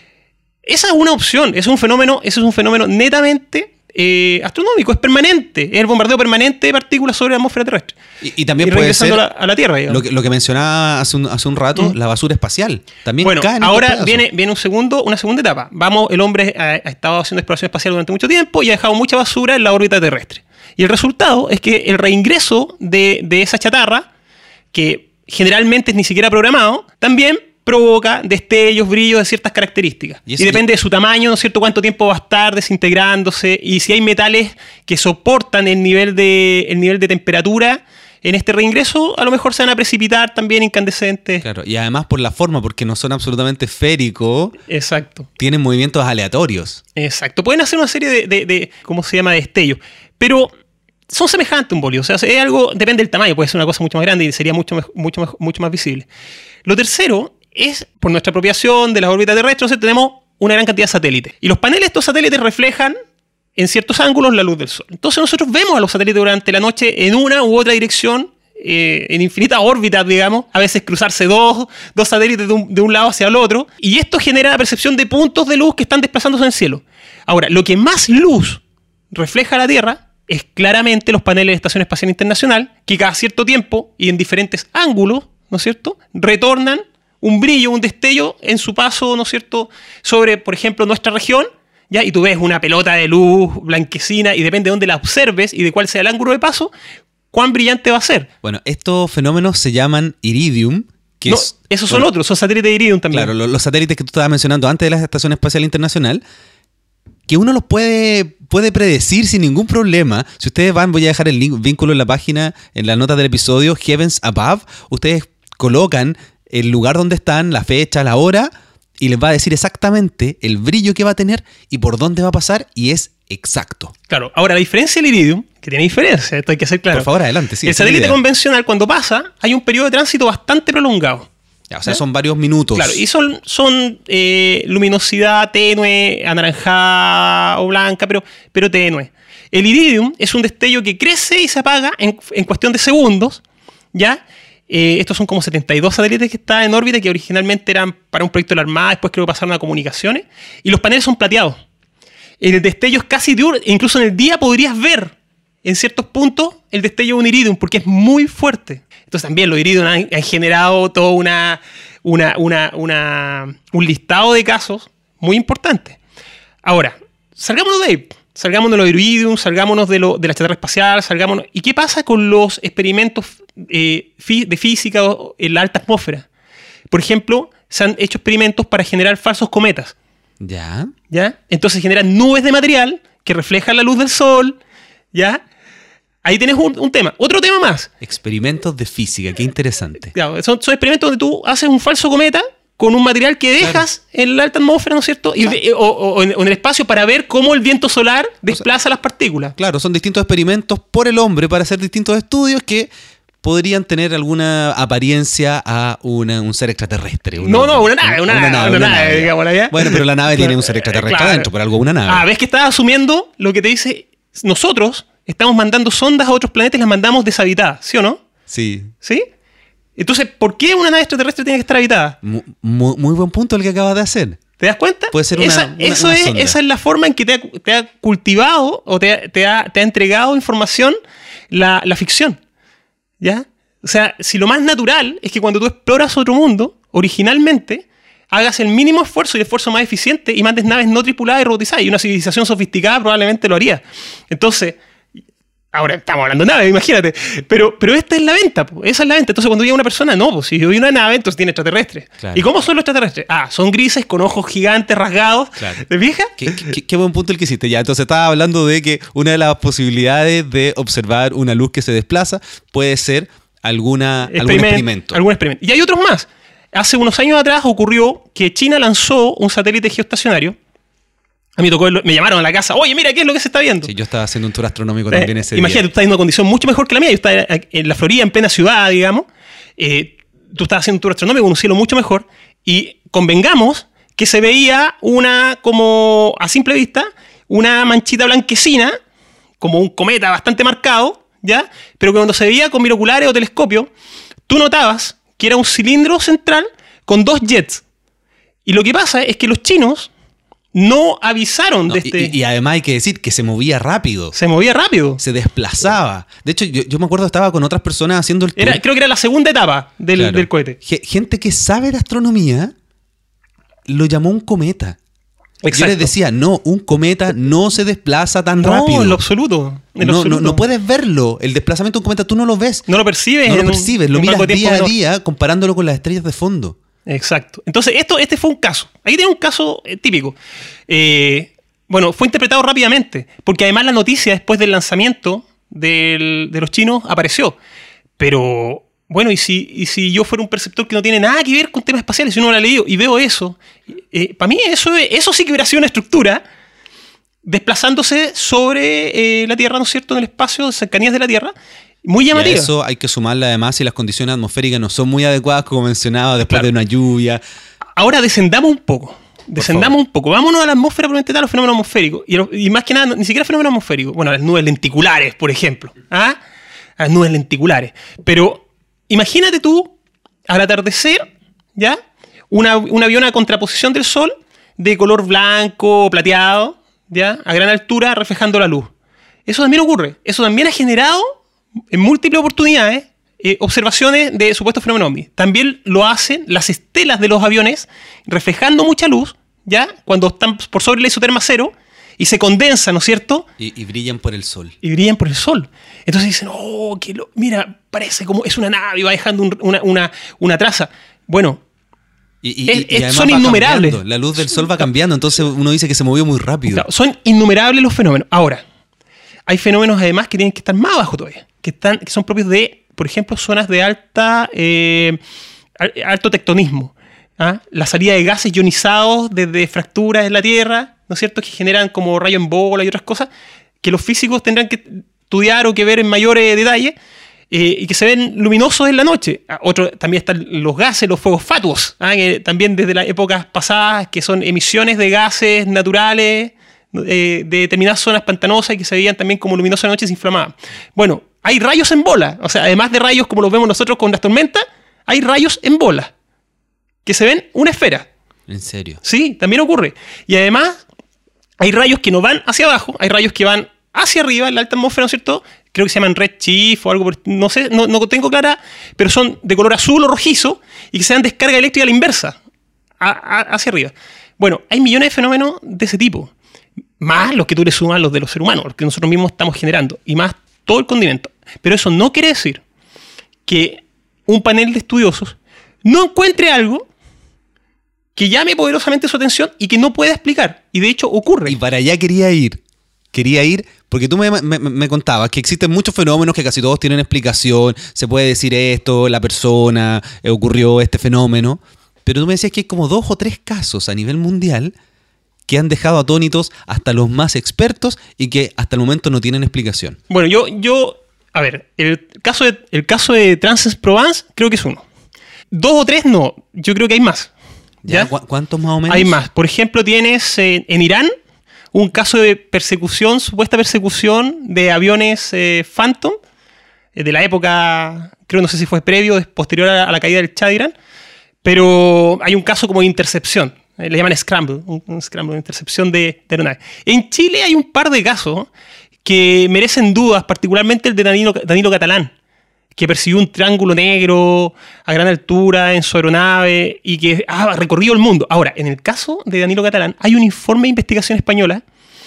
Esa es una opción, es un fenómeno netamente astronómico, es permanente, es el bombardeo permanente de partículas sobre la atmósfera terrestre. Y también puede ser a la Tierra, digamos. Lo que mencionaba hace un rato, la basura espacial. También cae en ahora viene una segunda etapa. El hombre ha estado haciendo exploración espacial durante mucho tiempo y ha dejado mucha basura en la órbita terrestre. Y el resultado es que el reingreso de esa chatarra, que generalmente es ni siquiera programado, también provoca destellos, brillos de ciertas características. Y depende de su tamaño, ¿no es cierto?, cuánto tiempo va a estar desintegrándose, y si hay metales que soportan el nivel de temperatura en este reingreso, a lo mejor se van a precipitar también incandescentes. Claro, y además por la forma, porque no son absolutamente esféricos. Exacto. Tienen movimientos aleatorios. Exacto. Pueden hacer una serie de ¿cómo se llama?, de destellos. Pero son semejantes a un bolio. O sea, es algo, depende del tamaño, puede ser una cosa mucho más grande y sería mucho más visible. Lo tercero es, por nuestra apropiación de la órbita terrestre, entonces tenemos una gran cantidad de satélites. Y los paneles de estos satélites reflejan en ciertos ángulos la luz del Sol. Entonces nosotros vemos a los satélites durante la noche en una u otra dirección, en infinitas órbitas, digamos, a veces cruzarse dos satélites de un lado hacia el otro, y esto genera la percepción de puntos de luz que están desplazándose en el cielo. Ahora, lo que más luz refleja a la Tierra es claramente los paneles de Estación Espacial Internacional, que cada cierto tiempo y en diferentes ángulos, ¿no es cierto?, retornan un brillo, un destello en su paso, ¿no es cierto?, sobre, por ejemplo, nuestra región, ¿ya? Y tú ves una pelota de luz blanquecina y depende de dónde la observes y de cuál sea el ángulo de paso, cuán brillante va a ser. Bueno, estos fenómenos se llaman iridium. Esos son otros, son satélites de iridium también. Claro, los satélites que tú estabas mencionando antes de la Estación Espacial Internacional, que uno los puede predecir sin ningún problema. Si ustedes voy a dejar el vínculo en la página, en las notas del episodio, Heavens Above, ustedes colocan el lugar donde están, la fecha, la hora, y les va a decir exactamente el brillo que va a tener y por dónde va a pasar, y es exacto. Claro, ahora la diferencia del iridium, que tiene diferencia, esto hay que hacer claro. Por favor, adelante. Sí, el satélite convencional, cuando pasa, hay un periodo de tránsito bastante prolongado. Ya, o sea, son varios minutos. Claro, y son luminosidad tenue, anaranjada o blanca, pero tenue. El iridium es un destello que crece y se apaga en cuestión de segundos, ¿ya? Estos son como 72 satélites que están en órbita, que originalmente eran para un proyecto de la Armada, después creo que pasaron a comunicaciones, y los paneles son plateados. El destello es casi diurno, incluso en el día podrías ver en ciertos puntos el destello de un iridium, porque es muy fuerte. Entonces también los iridium han generado todo un listado de casos muy importante. Ahora, salgámonos de ahí. Salgámonos de los iridium, salgámonos de la chatarra espacial, salgámonos. ¿Y qué pasa con los experimentos de física en la alta atmósfera? Por ejemplo, se han hecho experimentos para generar falsos cometas. ¿Ya? Entonces generan nubes de material que reflejan la luz del Sol. ¿Ya? Ahí tienes un tema. Otro tema más. Experimentos de física, qué interesante. Claro, son experimentos donde tú haces un falso cometa con un material que dejas en la alta atmósfera, ¿no es cierto? O en el espacio, para ver cómo el viento solar desplaza las partículas. Claro, son distintos experimentos por el hombre para hacer distintos estudios que podrían tener alguna apariencia a un ser extraterrestre. Una nave, digámosla ya. Bueno, pero la nave tiene un ser extraterrestre adentro, por algo una nave. ¿Ves que estás asumiendo lo que te dice? Nosotros estamos mandando sondas a otros planetas y las mandamos deshabitadas, ¿sí o no? Sí. ¿Sí? Entonces, ¿por qué una nave extraterrestre tiene que estar habitada? Muy buen punto el que acabas de hacer. ¿Te das cuenta? Puede ser una sonda. Esa es la forma en que te ha cultivado o te ha entregado información la ficción. ¿Ya? O sea, si lo más natural es que cuando tú exploras otro mundo, originalmente hagas el mínimo esfuerzo y el esfuerzo más eficiente y mandes naves no tripuladas y robotizadas. Y una civilización sofisticada probablemente lo haría. Entonces, Ahora estamos hablando de nave, imagínate. Pero esta es la venta, po. Esa es la venta. Entonces cuando llega una persona, no, pues si yo vi una nave, entonces tiene extraterrestres. Claro. ¿Y cómo son los extraterrestres? Son grises, con ojos gigantes, rasgados. Claro. ¿Te fijas? Qué buen punto el que hiciste. Ya, entonces estaba hablando de que una de las posibilidades de observar una luz que se desplaza puede ser algún experimento. Algún experimento. Y hay otros más. Hace unos años atrás ocurrió que China lanzó un satélite geoestacionario. A mí me llamaron a la casa, oye, mira, ¿qué es lo que se está viendo? Sí, yo estaba haciendo un tour astronómico también ese imagínate, día. tú estás en una condición mucho mejor que la mía. Yo estaba en la Florida, en plena ciudad, digamos. Tú estabas haciendo un tour astronómico con un cielo mucho mejor. Y convengamos que se veía como a simple vista, una manchita blanquecina, como un cometa bastante marcado, ¿ya? Pero que cuando se veía con binoculares o telescopio, tú notabas que era un cilindro central con 2 jets. Y lo que pasa es que los chinos no avisaron de este... Y además hay que decir que se movía rápido. Se movía rápido. Se desplazaba. De hecho, yo me acuerdo que estaba con otras personas haciendo el tour. Creo que era la segunda etapa del cohete. Gente que sabe de astronomía lo llamó un cometa. Exacto. Yo les decía, no, un cometa no se desplaza tan rápido. No, en lo absoluto. No puedes verlo. El desplazamiento de un cometa tú no lo ves. No lo percibes. Lo miras día a día comparándolo con las estrellas de fondo. Exacto. Entonces, este fue un caso. Aquí tiene un caso típico. Bueno, fue interpretado rápidamente, porque además la noticia después del lanzamiento de los chinos apareció. Pero, bueno, ¿y si yo fuera un perceptor que no tiene nada que ver con temas espaciales, si uno lo ha leído y veo eso, para mí eso sí que hubiera sido una estructura desplazándose sobre la Tierra, ¿no es cierto?, en el espacio, cercanías de la Tierra, muy llamativa. Y a eso hay que sumarle además si las condiciones atmosféricas no son muy adecuadas, como mencionaba, después de una lluvia. Ahora descendamos un poco. Vámonos a la atmósfera propiamente tal, a los fenómenos atmosféricos. Y más que nada, ni siquiera fenómenos atmosféricos. Bueno, a las nubes lenticulares, por ejemplo. A las nubes lenticulares. Pero imagínate tú, al atardecer, ¿ya? Un avión a contraposición del Sol, de color blanco, plateado, ¿ya? A gran altura, reflejando la luz. Eso también ocurre. Eso también ha generado, en múltiples oportunidades, observaciones de supuestos fenómenos ovni. También lo hacen las estelas de los aviones, reflejando mucha luz, ¿ya? Cuando están por sobre la isoterma cero, y se condensan, ¿no es cierto? Y brillan por el sol. Entonces dicen, mira, parece como es una nave y va dejando una traza. Bueno, son innumerables. La luz del sol va cambiando, entonces uno dice que se movió muy rápido. Claro, son innumerables los fenómenos. Ahora, hay fenómenos además que tienen que estar más abajo todavía, que son propios de, por ejemplo, zonas de alto tectonismo. La salida de gases ionizados desde fracturas en la Tierra, ¿no es cierto?, que generan como rayo en bola y otras cosas, que los físicos tendrán que estudiar o que ver en mayor detalle, y que se ven luminosos en la noche. También están los gases, los fuegos fatuos, que también desde las épocas pasadas, que son emisiones de gases naturales de determinadas zonas pantanosas y que se veían también como luminosos en la noche y se inflamaban. Bueno, hay rayos en bola, o sea, además de rayos como los vemos nosotros con las tormentas, hay rayos en bola, que se ven una esfera. ¿En serio? Sí, también ocurre. Y además, hay rayos que no van hacia abajo, hay rayos que van hacia arriba, en la alta atmósfera, ¿no es cierto? Creo que se llaman redshift o algo, no sé, no tengo clara, pero son de color azul o rojizo y que se dan descarga eléctrica a la inversa, hacia arriba. Bueno, hay millones de fenómenos de ese tipo, más los que tú le sumas los de los seres humanos, los que nosotros mismos estamos generando, y más todo el continente. Pero eso no quiere decir que un panel de estudiosos no encuentre algo que llame poderosamente su atención y que no pueda explicar. Y de hecho ocurre. Y para allá quería ir porque tú me contabas que existen muchos fenómenos que casi todos tienen explicación. Se puede decir esto, la persona, ocurrió este fenómeno. Pero tú me decías que hay como 2 o 3 casos a nivel mundial que han dejado atónitos hasta los más expertos y que hasta el momento no tienen explicación. Bueno, a ver, el caso de Trans-Provence creo que es uno. 2 o 3 no, yo creo que hay más. ¿Ya? ¿Cuántos más o menos? Hay más. Por ejemplo, tienes en Irán un caso de persecución, supuesta persecución de aviones Phantom, de la época, creo, no sé si fue previo o posterior a la caída del Shah de Irán, pero hay un caso como de intercepción, le llaman scramble, un scramble, intercepción de aeronaves. En Chile hay un par de casos que merecen dudas, particularmente el de Danilo Catalán, que persiguió un triángulo negro a gran altura en su aeronave y que ha recorrido el mundo. Ahora, en el caso de Danilo Catalán, hay un informe de investigación española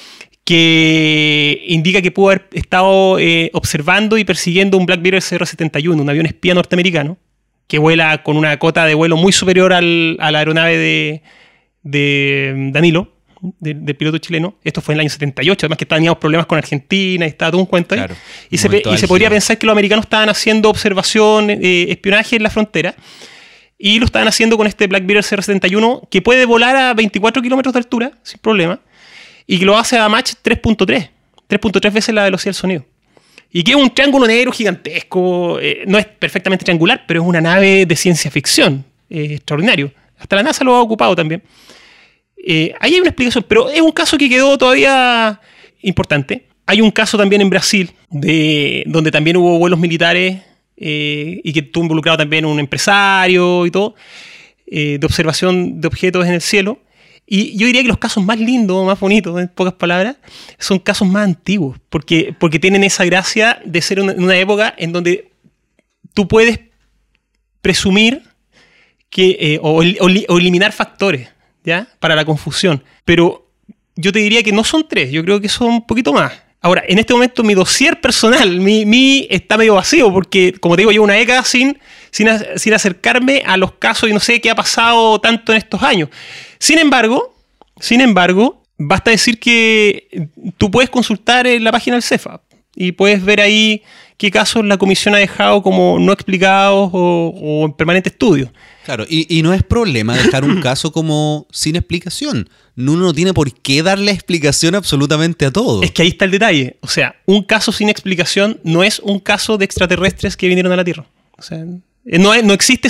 que indica que pudo haber estado observando y persiguiendo un Black Bearer CR-71, un avión espía norteamericano, que vuela con una cota de vuelo muy superior a la aeronave de Danilo, del piloto chileno. Esto fue en el año 78, además que teníamos problemas con Argentina y estaba todo un cuento ahí. Claro, y se podría pensar que los americanos estaban haciendo observación, espionaje en la frontera, y lo estaban haciendo con este Black Bearer CR-71, que puede volar a 24 kilómetros de altura, sin problema, y que lo hace a Mach 3.3 veces la velocidad del sonido. Y que es un triángulo negro gigantesco, no es perfectamente triangular, pero es una nave de ciencia ficción, extraordinario. Hasta la NASA lo ha ocupado también. Ahí hay una explicación, pero es un caso que quedó todavía importante. Hay un caso también en Brasil, donde también hubo vuelos militares y que estuvo involucrado también un empresario y todo, de observación de objetos en el cielo. Y yo diría que los casos más lindos, más bonitos, en pocas palabras, son casos más antiguos, porque tienen esa gracia de ser una época en donde tú puedes presumir que, o eliminar factores, ¿ya? Para la confusión. Pero yo te diría que no son 3, yo creo que son un poquito más. Ahora, en este momento mi dossier personal está medio vacío, porque, como te digo, llevo una década sin acercarme a los casos y no sé qué ha pasado tanto en estos años. Sin embargo, basta decir que tú puedes consultar en la página del CEFAP y puedes ver ahí qué casos la comisión ha dejado como no explicados o en permanente estudio. Claro, y no es problema dejar un caso como sin explicación. Uno no tiene por qué darle explicación absolutamente a todo. Es que ahí está el detalle. O sea, un caso sin explicación no es un caso de extraterrestres que vinieron a la Tierra. O sea, no existe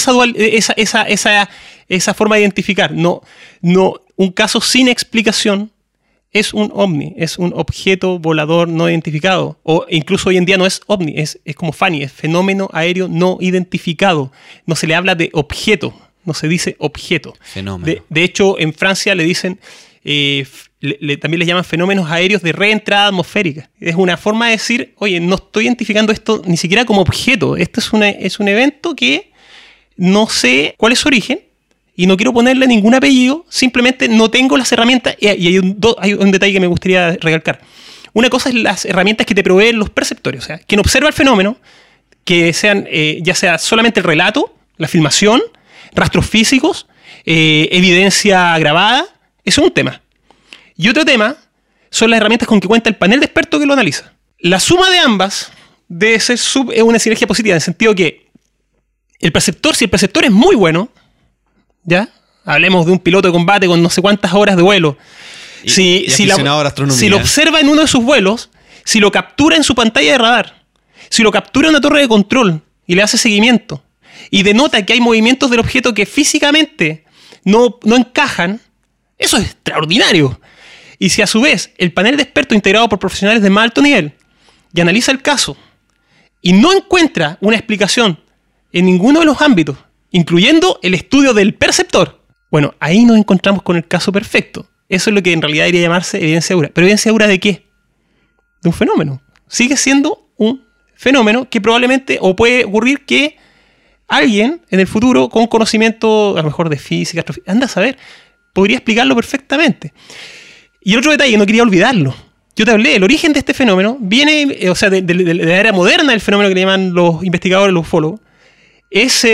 esa forma de identificar. No, un caso sin explicación es un ovni, es un objeto volador no identificado. O incluso hoy en día no es ovni, es como FANI, es fenómeno aéreo no identificado. No se le habla de objeto, no se dice objeto. Fenómeno. De hecho, en Francia le dicen, también les llaman fenómenos aéreos de reentrada atmosférica. Es una forma de decir, oye, no estoy identificando esto ni siquiera como objeto. Esto es un evento que no sé cuál es su origen, y no quiero ponerle ningún apellido, simplemente no tengo las herramientas. Y hay un detalle que me gustaría recalcar. Una cosa es las herramientas que te proveen los perceptores, o sea, quien observa el fenómeno, que sean ya sea solamente el relato, la filmación, rastros físicos, evidencia grabada, eso es un tema. Y otro tema son las herramientas con que cuenta el panel de expertos que lo analiza. La suma de ambas debe ser es una sinergia positiva, en el sentido que si el perceptor es muy bueno, ¿ya? Hablemos de un piloto de combate con no sé cuántas horas de vuelo. Si lo observa en uno de sus vuelos, si lo captura en su pantalla de radar, si lo captura en una torre de control y le hace seguimiento, y denota que hay movimientos del objeto que físicamente no encajan, eso es extraordinario. Y si a su vez el panel de expertos integrado por profesionales de más alto nivel y analiza el caso y no encuentra una explicación en ninguno de los ámbitos, incluyendo el estudio del perceptor, bueno, ahí nos encontramos con el caso perfecto. Eso es lo que en realidad debería llamarse evidencia segura. ¿Pero evidencia segura de qué? De un fenómeno. Sigue siendo un fenómeno que probablemente, o puede ocurrir que alguien en el futuro con conocimiento, a lo mejor de física, astrofísica, anda a saber, podría explicarlo perfectamente. Y el otro detalle, no quería olvidarlo. Yo te hablé, el origen de este fenómeno viene, o sea, de la era moderna del fenómeno que le llaman los investigadores, los ufólogos. Es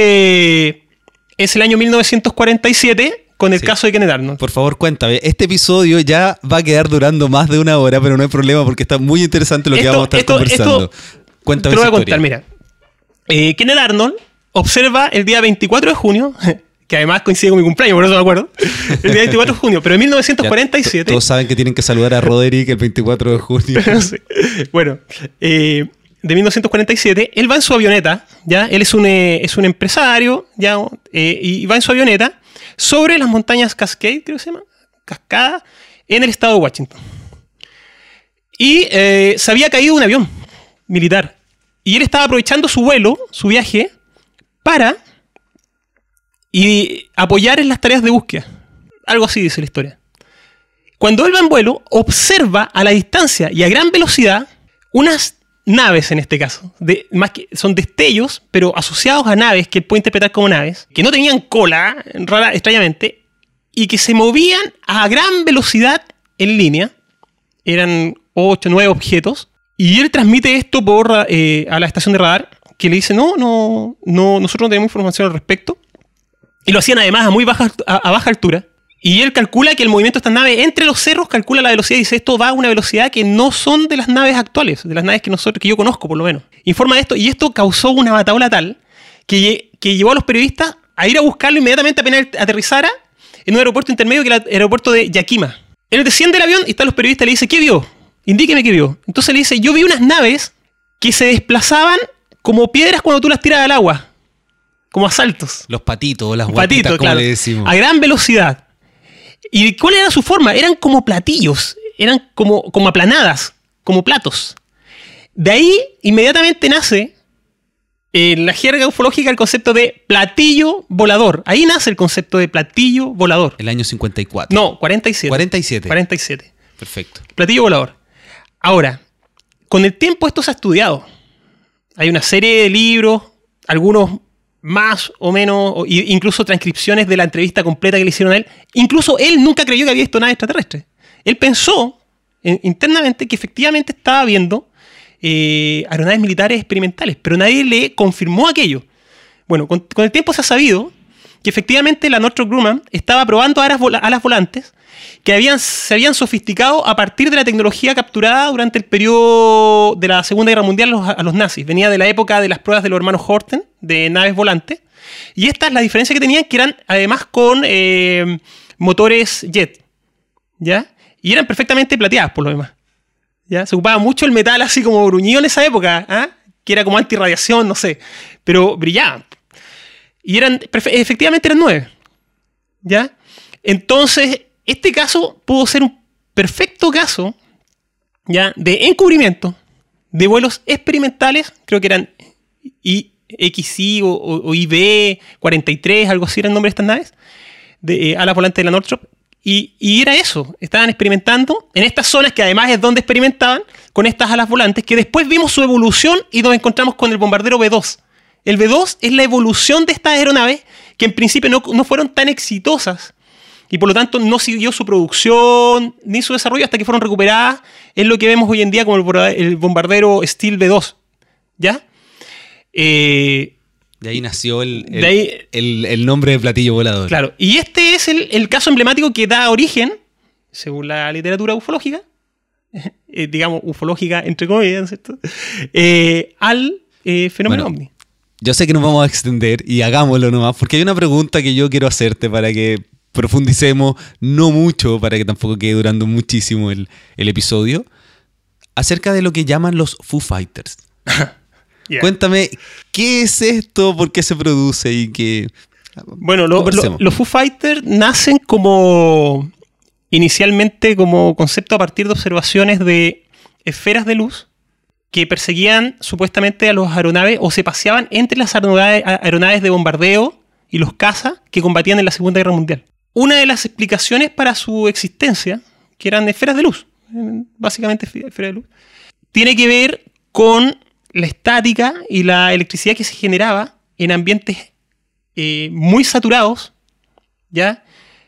el año 1947 con el caso de Kenneth Arnold. Por favor, cuéntame. Este episodio ya va a quedar durando más de una hora, pero no hay problema porque está muy interesante lo que vamos a estar conversando. Cuéntame. Te lo voy a contar, mira. Kenneth Arnold observa el día 24 de junio, que además coincide con mi cumpleaños, por eso me acuerdo, el día 24 de junio, pero en 1947... Todos saben que tienen que saludar a Roderick el 24 de junio. Sí. Bueno, de 1947, él va en su avioneta, ¿ya? Él es un empresario, ¿ya? Y va en su avioneta sobre las montañas Cascade, creo que se llama, Cascada, en el estado de Washington. Y se había caído un avión militar. Y él estaba aprovechando su vuelo, su viaje, para apoyar en las tareas de búsqueda. Algo así dice la historia. Cuando él va en vuelo, observa a la distancia y a gran velocidad unas naves, en este caso. Más que son destellos, pero asociados a naves que él puede interpretar como naves, que no tenían cola, extrañamente, y que se movían a gran velocidad en línea, eran 8 o 9 objetos, y él transmite esto a la estación de radar, que le dice, no, nosotros no tenemos información al respecto, y lo hacían además a baja altura, y él calcula que el movimiento de estas naves entre los cerros, calcula la velocidad, y dice, esto va a una velocidad que no son de las naves actuales, de las naves que yo conozco por lo menos. Informa de esto, y esto causó una bataola tal, que llevó a los periodistas a ir a buscarlo inmediatamente apenas aterrizara en un aeropuerto intermedio, que era el aeropuerto de Yakima. Él desciende del avión y están los periodistas y le dice, ¿qué vio? Indíqueme qué vio. Entonces le dice, yo vi unas naves que se desplazaban como piedras cuando tú las tiras al agua. Como a saltos. Los patitos, las guatitas, como claro, le decimos. A gran velocidad. ¿Y cuál era su forma? Eran como platillos. Eran como aplanadas. Como platos. De ahí inmediatamente nace en la jerga ufológica el concepto de platillo volador. Ahí nace el concepto de platillo volador. El año 54. No, 47. 47. Perfecto. Platillo volador. Ahora, con el tiempo esto se ha estudiado. Hay una serie de libros, algunos más o menos, incluso transcripciones de la entrevista completa que le hicieron a él. Incluso él nunca creyó que había visto nada extraterrestre. Él pensó internamente que efectivamente estaba viendo aeronaves militares experimentales, pero nadie le confirmó aquello. Bueno, con el tiempo se ha sabido que efectivamente la Northrop Grumman estaba probando alas volantes que se habían sofisticado a partir de la tecnología capturada durante el periodo de la Segunda Guerra Mundial a los nazis. Venía de la época de las pruebas de los hermanos Horten, de naves volantes, y esta es la diferencia que tenían, que eran además con motores jet, ¿ya? Y eran perfectamente plateadas por lo demás. ¿Ya? Se ocupaba mucho el metal así como bruñido en esa época, ¿ah? Que era como antirradiación, no sé, pero brillaban. Y efectivamente eran 9. ¿Ya? Entonces, este caso pudo ser un perfecto caso, ¿ya?, de encubrimiento de vuelos experimentales, creo que eran XI o IB-43, algo así era el nombre de estas naves, de alas volantes de la Northrop. Y era eso, estaban experimentando en estas zonas que además es donde experimentaban con estas alas volantes, que después vimos su evolución y nos encontramos con el bombardero B-2. El B-2 es la evolución de estas aeronaves que en principio no fueron tan exitosas y por lo tanto no siguió su producción ni su desarrollo hasta que fueron recuperadas. Es lo que vemos hoy en día como el bombardero Stealth B-2. ¿Ya? De ahí nació el nombre de platillo volador. Claro, y este es el caso emblemático que da origen, según la literatura ufológica, digamos ufológica entre comillas, ¿cierto?, al fenómeno ovni. Yo sé que nos vamos a extender y hagámoslo nomás, porque hay una pregunta que yo quiero hacerte para que profundicemos, no mucho, para que tampoco quede durando muchísimo el episodio, acerca de lo que llaman los Foo Fighters. Yeah. Cuéntame, ¿qué es esto? ¿Por qué se produce? Y qué... Bueno, los Foo Fighters nacen inicialmente como concepto a partir de observaciones de esferas de luz que perseguían supuestamente a los aeronaves o se paseaban entre las aeronaves de bombardeo y los cazas que combatían en la Segunda Guerra Mundial. Una de las explicaciones para su existencia, que eran esferas de luz, básicamente esferas de luz, tiene que ver con la estática y la electricidad que se generaba en ambientes muy saturados, ¿ya?,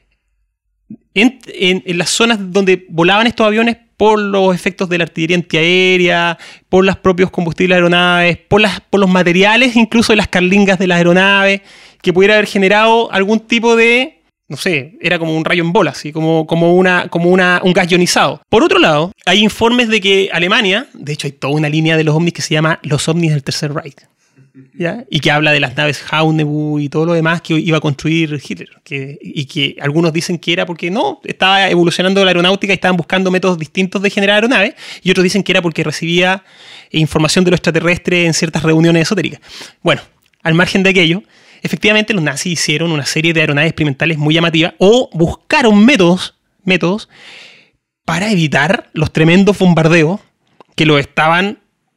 en las zonas donde volaban estos aviones por los efectos de la artillería antiaérea, por los propios combustibles de aeronaves, por los materiales incluso de las carlingas de las aeronaves, que pudiera haber generado algún tipo de, no sé, era como un rayo en bola, así, como un gas ionizado. Por otro lado, hay informes de que Alemania, de hecho hay toda una línea de los ovnis que se llama los ovnis del Tercer Reich, ¿ya?, y que habla de las naves Haunebu y todo lo demás que iba a construir Hitler, y que algunos dicen que era porque no, estaba evolucionando la aeronáutica y estaban buscando métodos distintos de generar aeronaves, y otros dicen que era porque recibía información de lo extraterrestre en ciertas reuniones esotéricas. Bueno, al margen de aquello, efectivamente los nazis hicieron una serie de aeronaves experimentales muy llamativas o buscaron métodos para evitar los tremendos bombardeos que lo estaban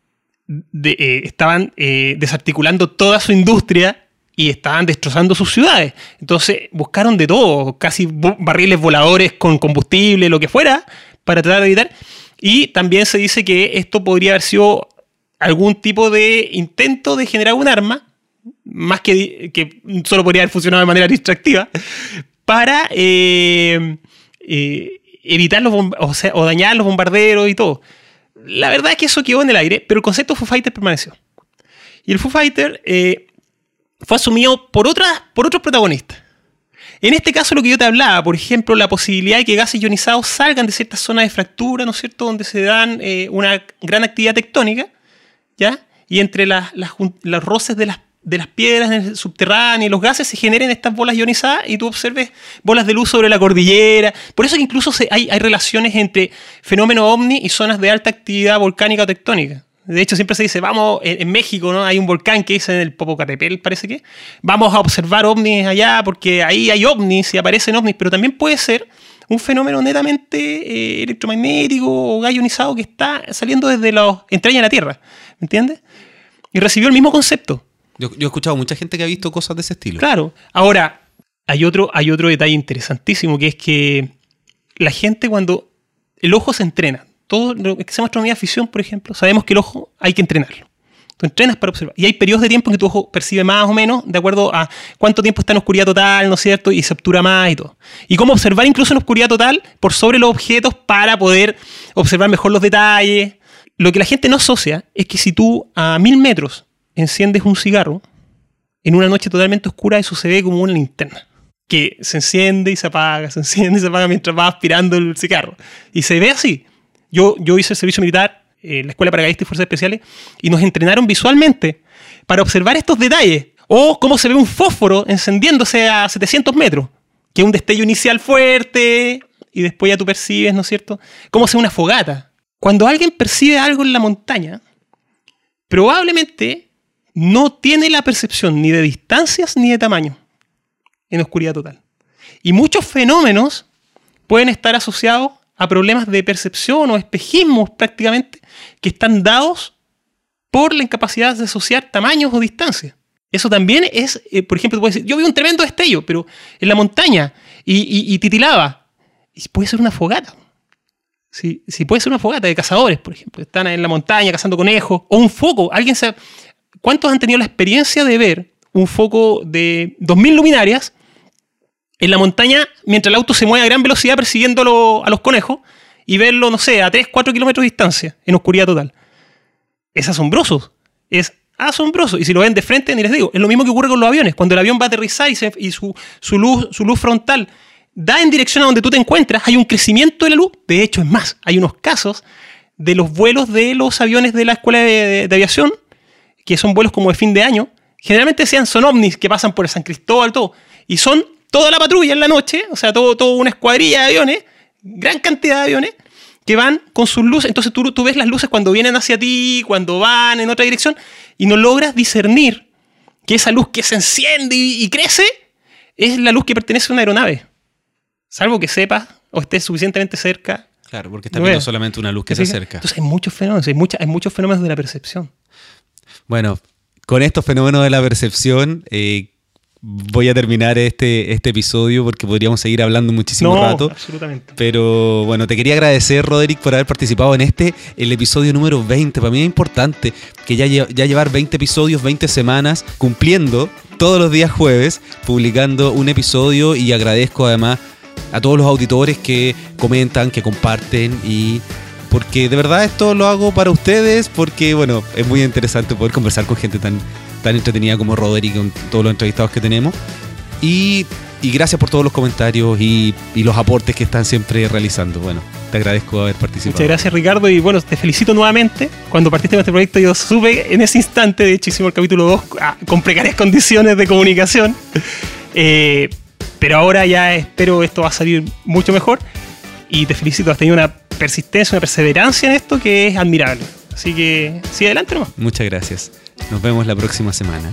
desarticulando toda su industria y estaban destrozando sus ciudades. Entonces buscaron de todo, casi barriles voladores con combustible, lo que fuera, para tratar de evitar. Y también se dice que esto podría haber sido algún tipo de intento de generar un arma, más que solo podría haber funcionado de manera distractiva, para evitar o dañar los bombarderos y todo. La verdad es que eso quedó en el aire, pero el concepto Foo Fighter permaneció. Y el Foo Fighter fue asumido por otros protagonistas. En este caso, lo que yo te hablaba, por ejemplo, la posibilidad de que gases ionizados salgan de ciertas zonas de fractura, ¿no es cierto?, donde se dan una gran actividad tectónica, ¿ya? Y entre los roces de las piedras en el subterráneo y los gases se generen estas bolas ionizadas y tú observes bolas de luz sobre la cordillera. Por eso que incluso hay relaciones entre fenómenos ovni y zonas de alta actividad volcánica o tectónica. De hecho, siempre se dice, vamos, en México, ¿no? Hay un volcán que dice en el Popocatépetl, parece que, vamos a observar ovnis allá porque ahí hay ovnis y aparecen ovnis, pero también puede ser un fenómeno netamente electromagnético o gas ionizado que está saliendo desde las entrañas de la Tierra, ¿me entiendes? Y recibió el mismo concepto. Yo he escuchado mucha gente que ha visto cosas de ese estilo. Claro. Ahora, hay otro detalle interesantísimo, que es que la gente, cuando el ojo se entrena, todo lo que se llama astronomía de fisión, por ejemplo, sabemos que el ojo hay que entrenarlo. Tú entrenas para observar. Y hay periodos de tiempo en que tu ojo percibe más o menos de acuerdo a cuánto tiempo está en oscuridad total, ¿no es cierto? Y se obtura más y todo. Y cómo observar incluso en oscuridad total por sobre los objetos para poder observar mejor los detalles. Lo que la gente no asocia es que si tú a 1000 metros enciendes un cigarro, en una noche totalmente oscura eso se ve como una linterna. Que se enciende y se apaga mientras va aspirando el cigarro. Y se ve así. Yo hice el servicio militar, la Escuela de Paracaidistas y Fuerzas Especiales, y nos entrenaron visualmente para observar estos detalles. O cómo se ve un fósforo encendiéndose a 700 metros, que es un destello inicial fuerte, y después ya tú percibes, ¿no es cierto?, cómo se ve una fogata. Cuando alguien percibe algo en la montaña, probablemente no tiene la percepción ni de distancias ni de tamaño en oscuridad total. Y muchos fenómenos pueden estar asociados a problemas de percepción o espejismos prácticamente que están dados por la incapacidad de asociar tamaños o distancias. Eso también es, por ejemplo, tú puedes decir, yo vi un tremendo destello, pero en la montaña y titilaba. Y puede ser una fogata. Sí, puede ser una fogata de cazadores, por ejemplo. Están en la montaña cazando conejos. O un foco. ¿Cuántos han tenido la experiencia de ver un foco de 2000 luminarias en la montaña mientras el auto se mueve a gran velocidad persiguiendo a los conejos y verlo, no sé, a 3-4 kilómetros de distancia en oscuridad total? Es asombroso. Es asombroso. Y si lo ven de frente, ni les digo. Es lo mismo que ocurre con los aviones. Cuando el avión va a aterrizar y su luz frontal da en dirección a donde tú te encuentras, hay un crecimiento de la luz. De hecho, es más, hay unos casos de los vuelos de los aviones de la escuela de aviación, que son vuelos como de fin de año. Generalmente son ovnis que pasan por el San Cristóbal, todo. Y son toda la patrulla en la noche, o sea, toda una escuadrilla de aviones, gran cantidad de aviones, que van con sus luces. Entonces tú ves las luces cuando vienen hacia ti, cuando van en otra dirección, y no logras discernir que esa luz que se enciende y crece es la luz que pertenece a una aeronave. Salvo que sepas o estés suficientemente cerca. Claro, porque está viendo solamente una luz que se acerca. Entonces hay muchos fenómenos, hay muchos fenómenos de la percepción. Bueno, con estos fenómenos de la percepción voy a terminar este episodio porque podríamos seguir hablando muchísimo rato. Absolutamente. Pero bueno, te quería agradecer, Roderick, por haber participado en el episodio número 20. Para mí es importante que ya llevar 20 episodios, 20 semanas, cumpliendo todos los días jueves, publicando un episodio, y agradezco además a todos los auditores que comentan, que comparten, y porque de verdad esto lo hago para ustedes, porque bueno, es muy interesante poder conversar con gente tan entretenida como Roderick, con todos los entrevistados que tenemos, y gracias por todos los comentarios y los aportes que están siempre realizando. Bueno, te agradezco haber participado. Muchas gracias, Ricardo, y bueno, te felicito nuevamente. Cuando partiste con este proyecto yo supe en ese instante, de hecho hicimos el capítulo 2 con precarias condiciones de comunicación, pero ahora ya espero esto va a salir mucho mejor, y te felicito, has tenido una persistencia, una perseverancia en esto que es admirable. Así que sigue adelante nomás. Muchas gracias. Nos vemos la próxima semana.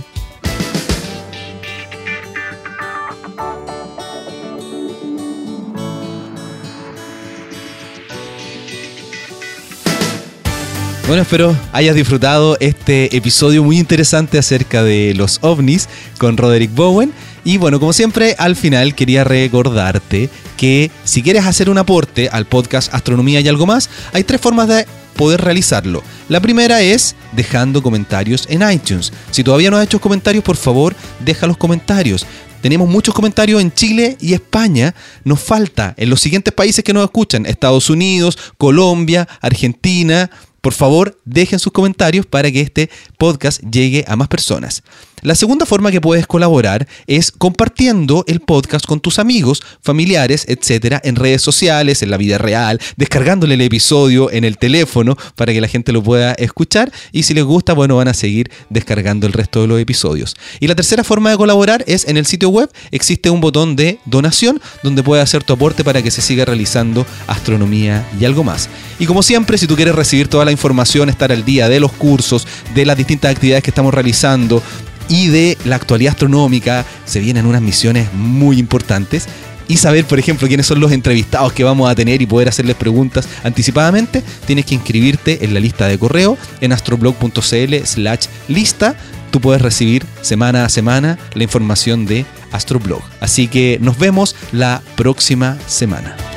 Bueno, espero hayas disfrutado este episodio muy interesante acerca de los ovnis con Roderick Bowen. Y bueno, como siempre, al final quería recordarte que si quieres hacer un aporte al podcast Astronomía y Algo Más, hay 3 formas de poder realizarlo. La primera es dejando comentarios en iTunes. Si todavía no has hecho comentarios, por favor, deja los comentarios. Tenemos muchos comentarios en Chile y España. Nos falta en los siguientes países que nos escuchan: Estados Unidos, Colombia, Argentina. Por favor, dejen sus comentarios para que este podcast llegue a más personas. La segunda forma que puedes colaborar es compartiendo el podcast con tus amigos, familiares, etcétera, en redes sociales, en la vida real, descargándole el episodio en el teléfono para que la gente lo pueda escuchar, y si les gusta, bueno, van a seguir descargando el resto de los episodios. Y la tercera forma de colaborar es en el sitio web. Existe un botón de donación donde puedes hacer tu aporte para que se siga realizando astronomía y algo más. Y como siempre, si tú quieres recibir toda la información, estar al día de los cursos, de las distintas actividades que estamos realizando y de la actualidad astronómica, se vienen unas misiones muy importantes, y saber, por ejemplo, quiénes son los entrevistados que vamos a tener y poder hacerles preguntas anticipadamente, tienes que inscribirte en la lista de correo en astroblog.cl/lista. Tú puedes recibir semana a semana la información de Astroblog. Así que nos vemos la próxima semana.